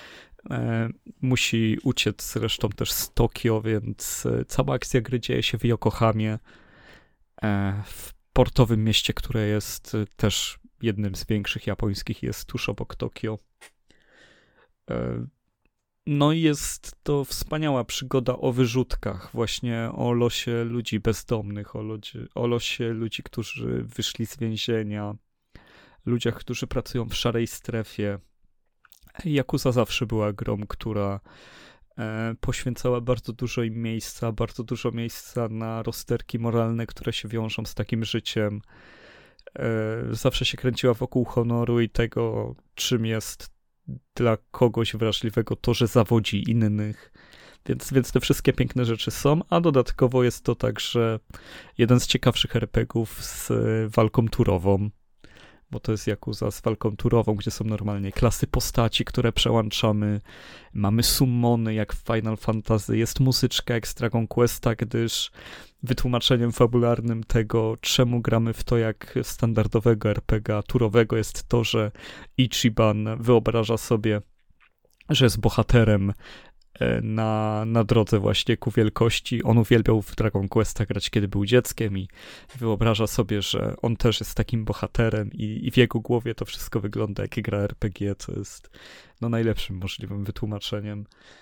Musi uciec zresztą też z Tokio, więc cała akcja gry dzieje się w Yokohamie, w portowym mieście, które jest też jednym z większych japońskich, jest tuż obok Tokio. No i jest to wspaniała przygoda o wyrzutkach, właśnie o losie ludzi bezdomnych, o losie ludzi, którzy wyszli z więzienia, ludziach, którzy pracują w szarej strefie. Yakuza zawsze była grą, która poświęcała bardzo dużo miejsca na rozterki moralne, które się wiążą z takim życiem. Zawsze się kręciła wokół honoru i tego, czym jest dla kogoś wrażliwego to, że zawodzi innych. Więc te wszystkie piękne rzeczy są, a dodatkowo jest to także jeden z ciekawszych RPGów z walką turową, bo to jest Yakuza z walką turową, gdzie są normalnie klasy postaci, które przełączamy, mamy summony jak w Final Fantasy, jest muzyczka jak z Dragon Questa, gdyż wytłumaczeniem fabularnym tego, czemu gramy w to jak standardowego RPG turowego jest to, że Ichiban wyobraża sobie, że jest bohaterem na drodze właśnie ku wielkości. On uwielbiał w Dragon Questa grać, kiedy był dzieckiem i wyobraża sobie, że on też jest takim bohaterem i w jego głowie to wszystko wygląda jak gra RPG, co jest najlepszym możliwym wytłumaczeniem.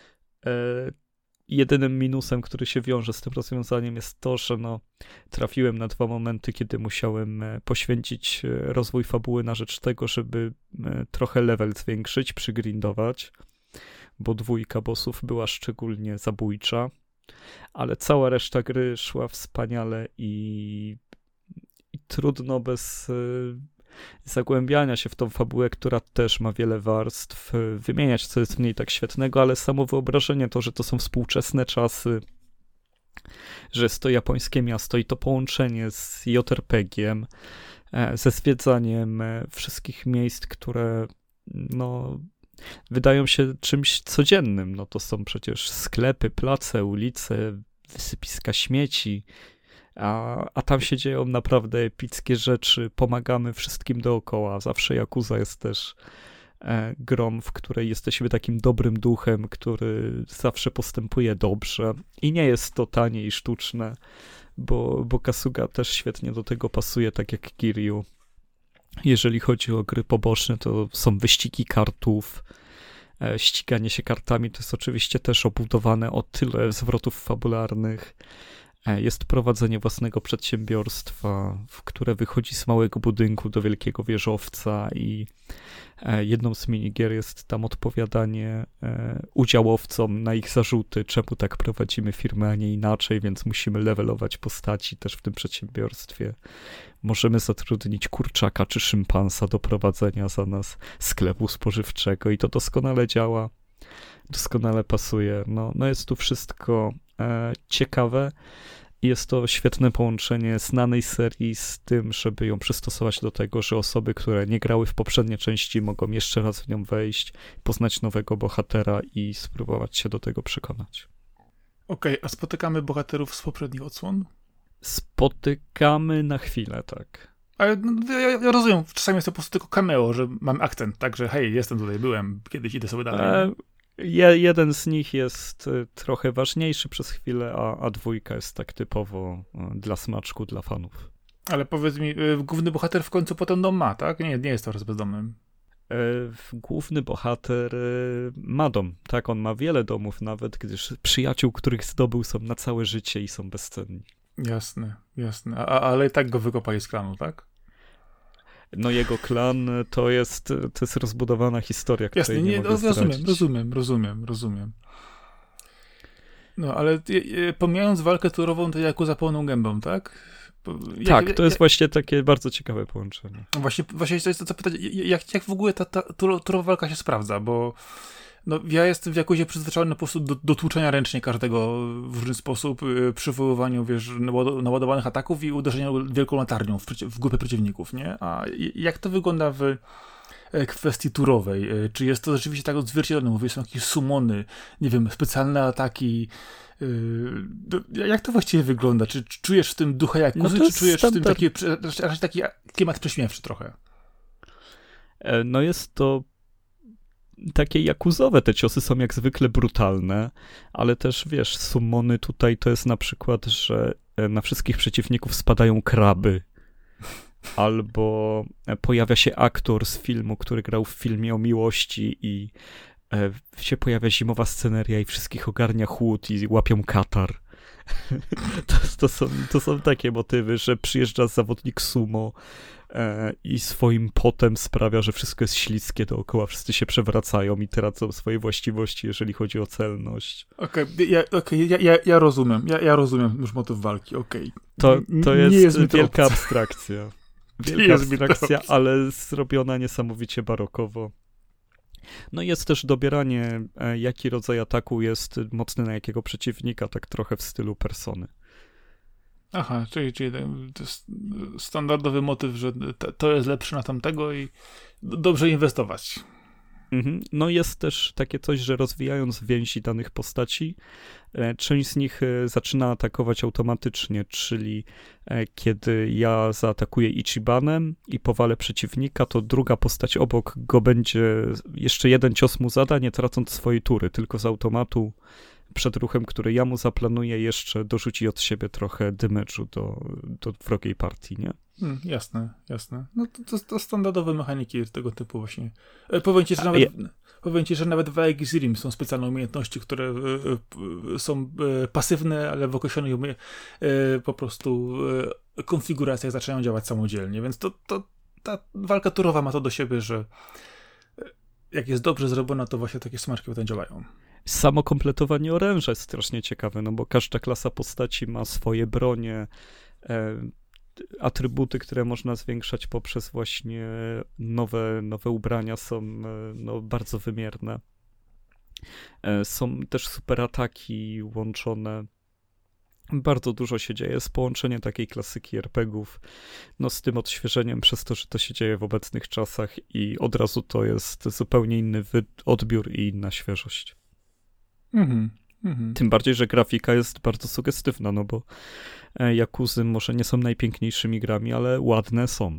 Jedynym minusem, który się wiąże z tym rozwiązaniem jest to, że trafiłem na 2 momenty, kiedy musiałem poświęcić rozwój fabuły na rzecz tego, żeby trochę level zwiększyć, przygrindować, bo 2 bossów była szczególnie zabójcza, ale cała reszta gry szła wspaniale i trudno bez zagłębiania się w tą fabułę, która też ma wiele warstw, wymieniać, co jest w niej tak świetnego, ale samo wyobrażenie to, że to są współczesne czasy, że jest to japońskie miasto i to połączenie z JRPG-iem, ze zwiedzaniem wszystkich miejsc, które wydają się czymś codziennym. To są przecież sklepy, place, ulice, wysypiska śmieci, a tam się dzieją naprawdę epickie rzeczy, pomagamy wszystkim dookoła. Zawsze Yakuza jest też grą, w której jesteśmy takim dobrym duchem, który zawsze postępuje dobrze i nie jest to tanie i sztuczne, bo Kasuga też świetnie do tego pasuje, tak jak Kiryu. Jeżeli chodzi o gry poboczne, to są wyścigi kartów, ściganie się kartami, to jest oczywiście też obudowane o tyle zwrotów fabularnych. Jest prowadzenie własnego przedsiębiorstwa, które wychodzi z małego budynku do wielkiego wieżowca i jedną z minigier jest tam odpowiadanie udziałowcom na ich zarzuty, czemu tak prowadzimy firmę, a nie inaczej, więc musimy levelować postaci też w tym przedsiębiorstwie. Możemy zatrudnić kurczaka czy szympansa do prowadzenia za nas sklepu spożywczego i to doskonale działa, doskonale pasuje. Jest tu wszystko ciekawe. Jest to świetne połączenie znanej serii z tym, żeby ją przystosować do tego, że osoby, które nie grały w poprzednie części, mogą jeszcze raz w nią wejść, poznać nowego bohatera i spróbować się do tego przekonać. Okej, a spotykamy bohaterów z poprzednich odsłon? Spotykamy na chwilę, tak. Ale ja rozumiem, czasami jest to po prostu tylko cameo, że mam akcent, także hej, jestem tutaj, byłem, kiedyś idę sobie dalej. Jeden z nich jest trochę ważniejszy przez chwilę, a 2 jest tak typowo dla smaczku, dla fanów. Ale powiedz mi, główny bohater w końcu potem dom ma, tak? Nie jest teraz bezdomnym. Główny bohater ma dom, tak? On ma wiele domów nawet, gdyż przyjaciół, których zdobył, są na całe życie i są bezcenni. Jasne. Ale i tak go wykopali z klanu, tak? Jego klan to jest rozbudowana historia, której jasne, nie mogę zdradzić. Rozumiem. Ale pomijając walkę turową, to Yakuza pełną gębą, tak? To jest właśnie takie bardzo ciekawe połączenie. Właśnie chcę zapytać, jak w ogóle ta turowa walka się sprawdza, bo ja jestem w Yakuzie przyzwyczajony po prostu do tłuczenia ręcznie każdego w różny sposób, przywoływaniu, naładowanych ataków i uderzenia wielką latarnią w grupę przeciwników, nie? A jak to wygląda w kwestii turowej? Czy jest to rzeczywiście tak odzwierciedlone? Mówię, są jakieś summony, nie wiem, specjalne ataki. Jak to właściwie wygląda? Czy czujesz w tym ducha Yakuzy, czy czujesz w tym taki klimat prześmiewczy trochę? Jest to takie jakuzowe, te ciosy są jak zwykle brutalne, ale też wiesz, summony tutaj to jest na przykład, że na wszystkich przeciwników spadają kraby, albo pojawia się aktor z filmu, który grał w filmie o miłości i się pojawia zimowa sceneria i wszystkich ogarnia chłód i łapią katar. To są takie motywy, że przyjeżdża zawodnik sumo i swoim potem sprawia, że wszystko jest śliskie dookoła, wszyscy się przewracają i tracą swoje właściwości, jeżeli chodzi o celność. Ja rozumiem. Ja rozumiem już motyw walki, okej. To jest wielka abstrakcja. Wielka abstrakcja, ale zrobiona niesamowicie barokowo. No i jest też dobieranie, jaki rodzaj ataku jest mocny na jakiego przeciwnika, tak trochę w stylu Persony. Aha, czyli to jest standardowy motyw, że to jest lepsze na tamtego i dobrze inwestować. No jest też takie coś, że rozwijając więzi danych postaci, część z nich zaczyna atakować automatycznie, czyli kiedy ja zaatakuję Ichibanem i powalę przeciwnika, to druga postać obok go będzie, jeszcze jeden cios mu zada, nie tracąc swojej tury, tylko z automatu przed ruchem, który ja mu zaplanuję, jeszcze dorzuci od siebie trochę damage'u do wrogiej partii, nie? Jasne. No to standardowe mechaniki tego typu właśnie. Powiem ci, że nawet w Aegisyrim są specjalne umiejętności, które są pasywne, ale w określonych po prostu konfiguracjach zaczynają działać samodzielnie, więc ta walka turowa ma to do siebie, że jak jest dobrze zrobiona, to właśnie takie smaczki potem działają. Samo kompletowanie oręża jest strasznie ciekawe, no bo każda klasa postaci ma swoje bronie, atrybuty, które można zwiększać poprzez właśnie nowe ubrania są no, bardzo wymierne. Są też super ataki łączone. Bardzo dużo się dzieje. Jest połączenie takiej klasyki RPGów no, z tym odświeżeniem przez to, że to się dzieje w obecnych czasach i od razu to jest zupełnie inny odbiór i inna świeżość. Tym bardziej, że grafika jest bardzo sugestywna, no bo Yakuzy może nie są najpiękniejszymi grami, ale ładne są.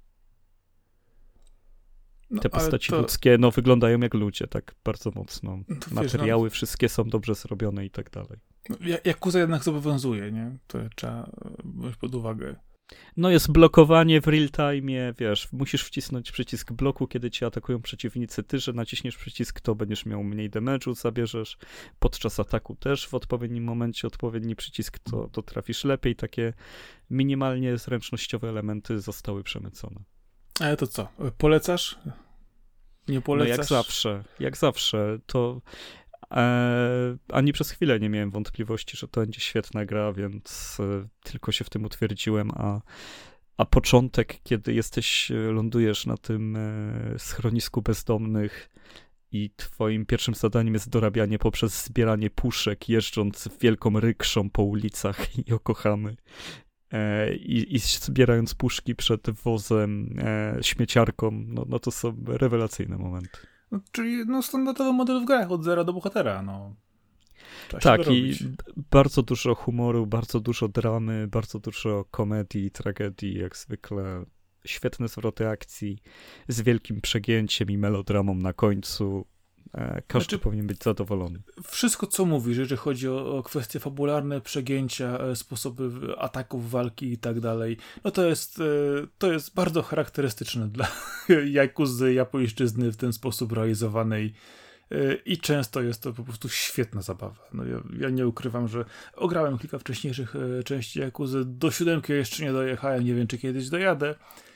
Te postaci ludzkie no, wyglądają jak ludzie, tak bardzo mocno. Materiały wszystkie są dobrze zrobione i tak dalej. Yakuza jednak zobowiązuje, nie? To trzeba wziąć pod uwagę. No jest blokowanie w real time, wiesz, musisz wcisnąć przycisk bloku, kiedy cię atakują przeciwnicy, ty, że naciśniesz przycisk, to będziesz miał mniej damage'u, zabierzesz, podczas ataku też w odpowiednim momencie odpowiedni przycisk, to trafisz lepiej, takie minimalnie zręcznościowe elementy zostały przemycone. Ale to co, polecasz? Nie polecasz? No jak zawsze, to ani przez chwilę nie miałem wątpliwości, że to będzie świetna gra, więc tylko się w tym utwierdziłem, a początek, kiedy lądujesz na tym schronisku bezdomnych i twoim pierwszym zadaniem jest dorabianie poprzez zbieranie puszek, jeżdżąc wielką rykszą po ulicach Yokohamy i zbierając puszki przed wozem, śmieciarką, no to są rewelacyjne momenty. No, czyli standardowy model w grach od zera do bohatera, no. Tak, i bardzo dużo humoru, bardzo dużo dramy, bardzo dużo komedii, tragedii, jak zwykle. Świetne zwroty akcji, z wielkim przegięciem i melodramą na końcu. Każdy powinien być zadowolony. Wszystko, co mówisz, jeżeli chodzi o kwestie fabularne, przegięcia, sposoby ataków, walki i tak dalej, no to jest bardzo charakterystyczne dla Yakuzy japońszczyzny w ten sposób realizowanej i często jest to po prostu świetna zabawa. No ja nie ukrywam, że ograłem kilka wcześniejszych części Yakuzy, do 7 jeszcze nie dojechałem, nie wiem, czy kiedyś dojadę,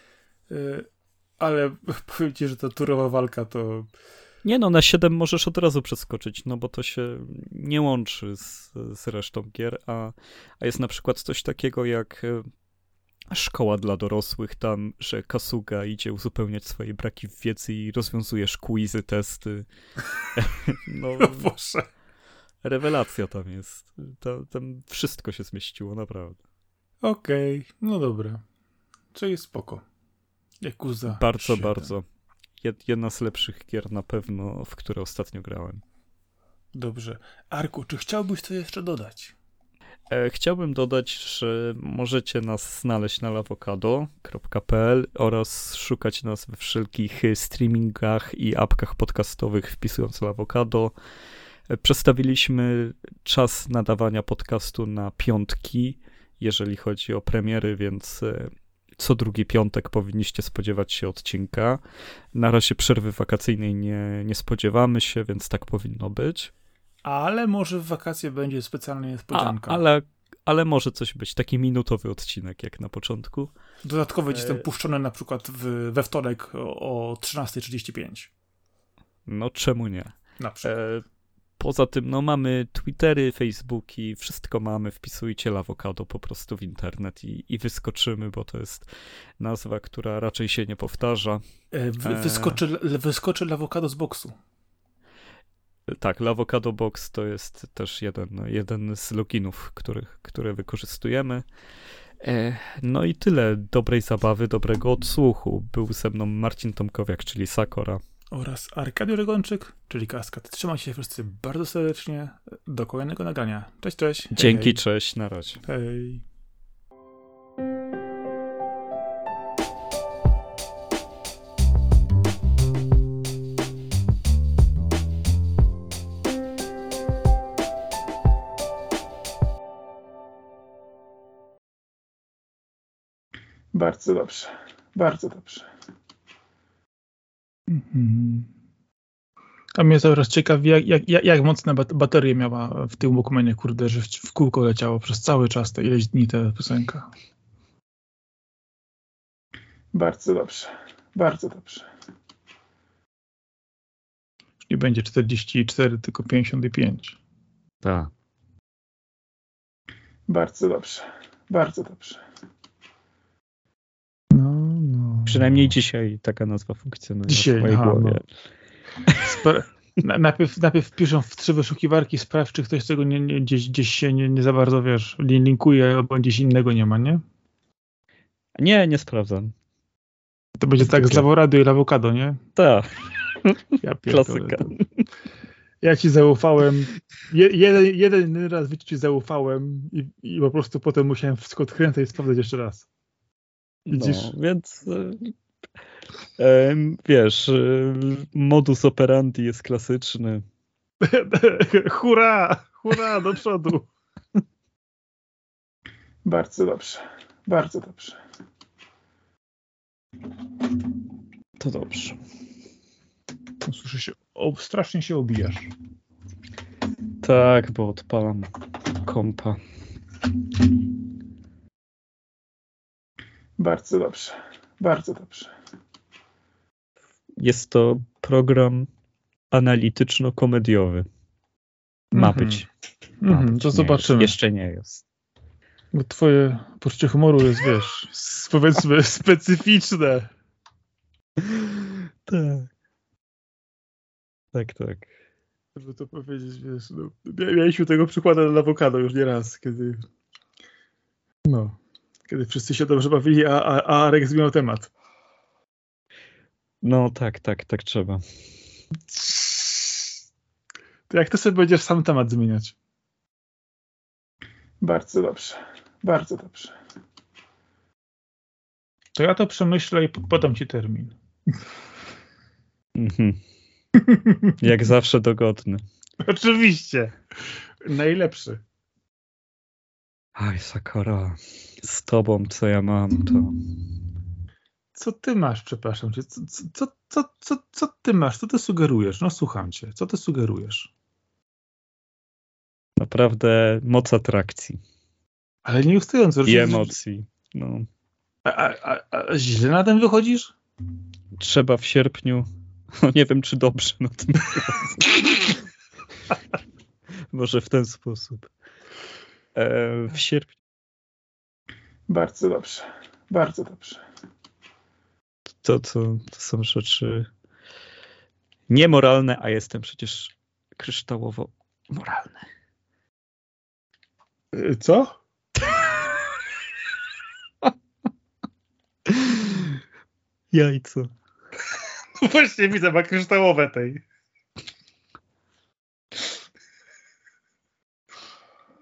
ale powiem ci, że ta turowa walka to... Nie no, na 7 możesz od razu przeskoczyć, no bo to się nie łączy z resztą gier, a jest na przykład coś takiego jak szkoła dla dorosłych tam, że Kasuga idzie uzupełniać swoje braki w wiedzy i rozwiązujesz quizy, testy. No, Boże. Rewelacja tam jest. Tam wszystko się zmieściło, naprawdę. Okej, no dobra. Czyli spoko. Yakuza. Bardzo, 7. bardzo. Jedna z lepszych gier na pewno, w które ostatnio grałem. Dobrze. Arku, czy chciałbyś to jeszcze dodać? Chciałbym dodać, że możecie nas znaleźć na lawokado.pl oraz szukać nas we wszelkich streamingach i apkach podcastowych wpisując Lawokado. Przestawiliśmy czas nadawania podcastu na piątki, jeżeli chodzi o premiery, więc co drugi piątek powinniście spodziewać się odcinka. Na razie przerwy wakacyjnej nie spodziewamy się, więc tak powinno być. Ale może w wakacje będzie specjalna niespodzianka. Ale może coś być, taki minutowy odcinek jak na początku. Dodatkowo gdzieś tam puszczony na przykład we wtorek o 13:35. No czemu nie? Na przykład. Poza tym, no mamy Twittery, Facebooki, wszystko mamy, wpisujcie Lawokado po prostu w internet i wyskoczymy, bo to jest nazwa, która raczej się nie powtarza. Wyskoczy Lawokado z boksu. Tak, Lawokado Box to jest też jeden z loginów, które wykorzystujemy. No i tyle. Dobrej zabawy, dobrego odsłuchu. Był ze mną Marcin Tomkowiak, czyli Sakora. Oraz Arkadiusz Rygończyk, czyli Kaskad. Trzymajcie się wszyscy bardzo serdecznie. Do kolejnego nagrania. Cześć, cześć. Dzięki, hej. Cześć, na razie. Hej. Bardzo dobrze. Bardzo dobrze. A mnie teraz ciekawi, jak mocne baterie miała w tym Walkmanie, kurde, że w kółko leciało przez cały czas, te ileś dni ta piosenka. Bardzo dobrze. Bardzo dobrze. Już nie będzie 44, tylko 55. Tak. Bardzo dobrze. Bardzo dobrze. Przynajmniej dzisiaj taka nazwa funkcjonuje dzisiaj, w mojej głowie. Najpierw piszą w 3 wyszukiwarki, sprawdź, czy ktoś tego gdzieś się nie za bardzo, wiesz, linkuje, albo gdzieś innego nie ma, nie? Nie sprawdzam. To będzie tak z Laworado i Lawokado, nie? Tak. Ja Klasyka. Ja ci zaufałem. Jeden raz ci zaufałem i po prostu potem musiałem wszystko odkręcać i sprawdzać jeszcze raz. Widzisz? No, więc wiesz, modus operandi jest klasyczny. Hurra! Hurra, do przodu! Bardzo dobrze. Bardzo dobrze. To dobrze. Słyszę się, strasznie się obijasz. Tak, bo odpalam kompa. Bardzo dobrze. Bardzo dobrze. Jest to program analityczno-komediowy. Ma być. To zobaczymy. Jeszcze nie jest. Bo twoje poczucie humoru jest, wiesz, powiedzmy specyficzne. Tak. Żeby to powiedzieć, wiesz, no, mieliśmy tego przykładu na Lawokado już nieraz, kiedy wszyscy się dobrze bawili, a Arek zmieniał temat. No tak trzeba. To jak ty sobie będziesz sam temat zmieniać? Bardzo dobrze. Bardzo dobrze. To ja to przemyślę i podam ci termin. Jak zawsze dogodny. Oczywiście. Najlepszy. Aj, Sakura, z tobą co ja mam, to... Co ty masz, przepraszam cię? Co ty masz? Co ty sugerujesz? No słucham cię. Co ty sugerujesz? Naprawdę moc atrakcji. Ale nie ustająco. I emocji. No. A źle na tym wychodzisz? Trzeba w sierpniu... No nie wiem, czy dobrze na tym Może w ten sposób. W sierpniu. Bardzo dobrze. Bardzo dobrze. To są rzeczy niemoralne, a jestem przecież kryształowo moralny. Co? Jajco. Właśnie widzę, ma kryształowe tej.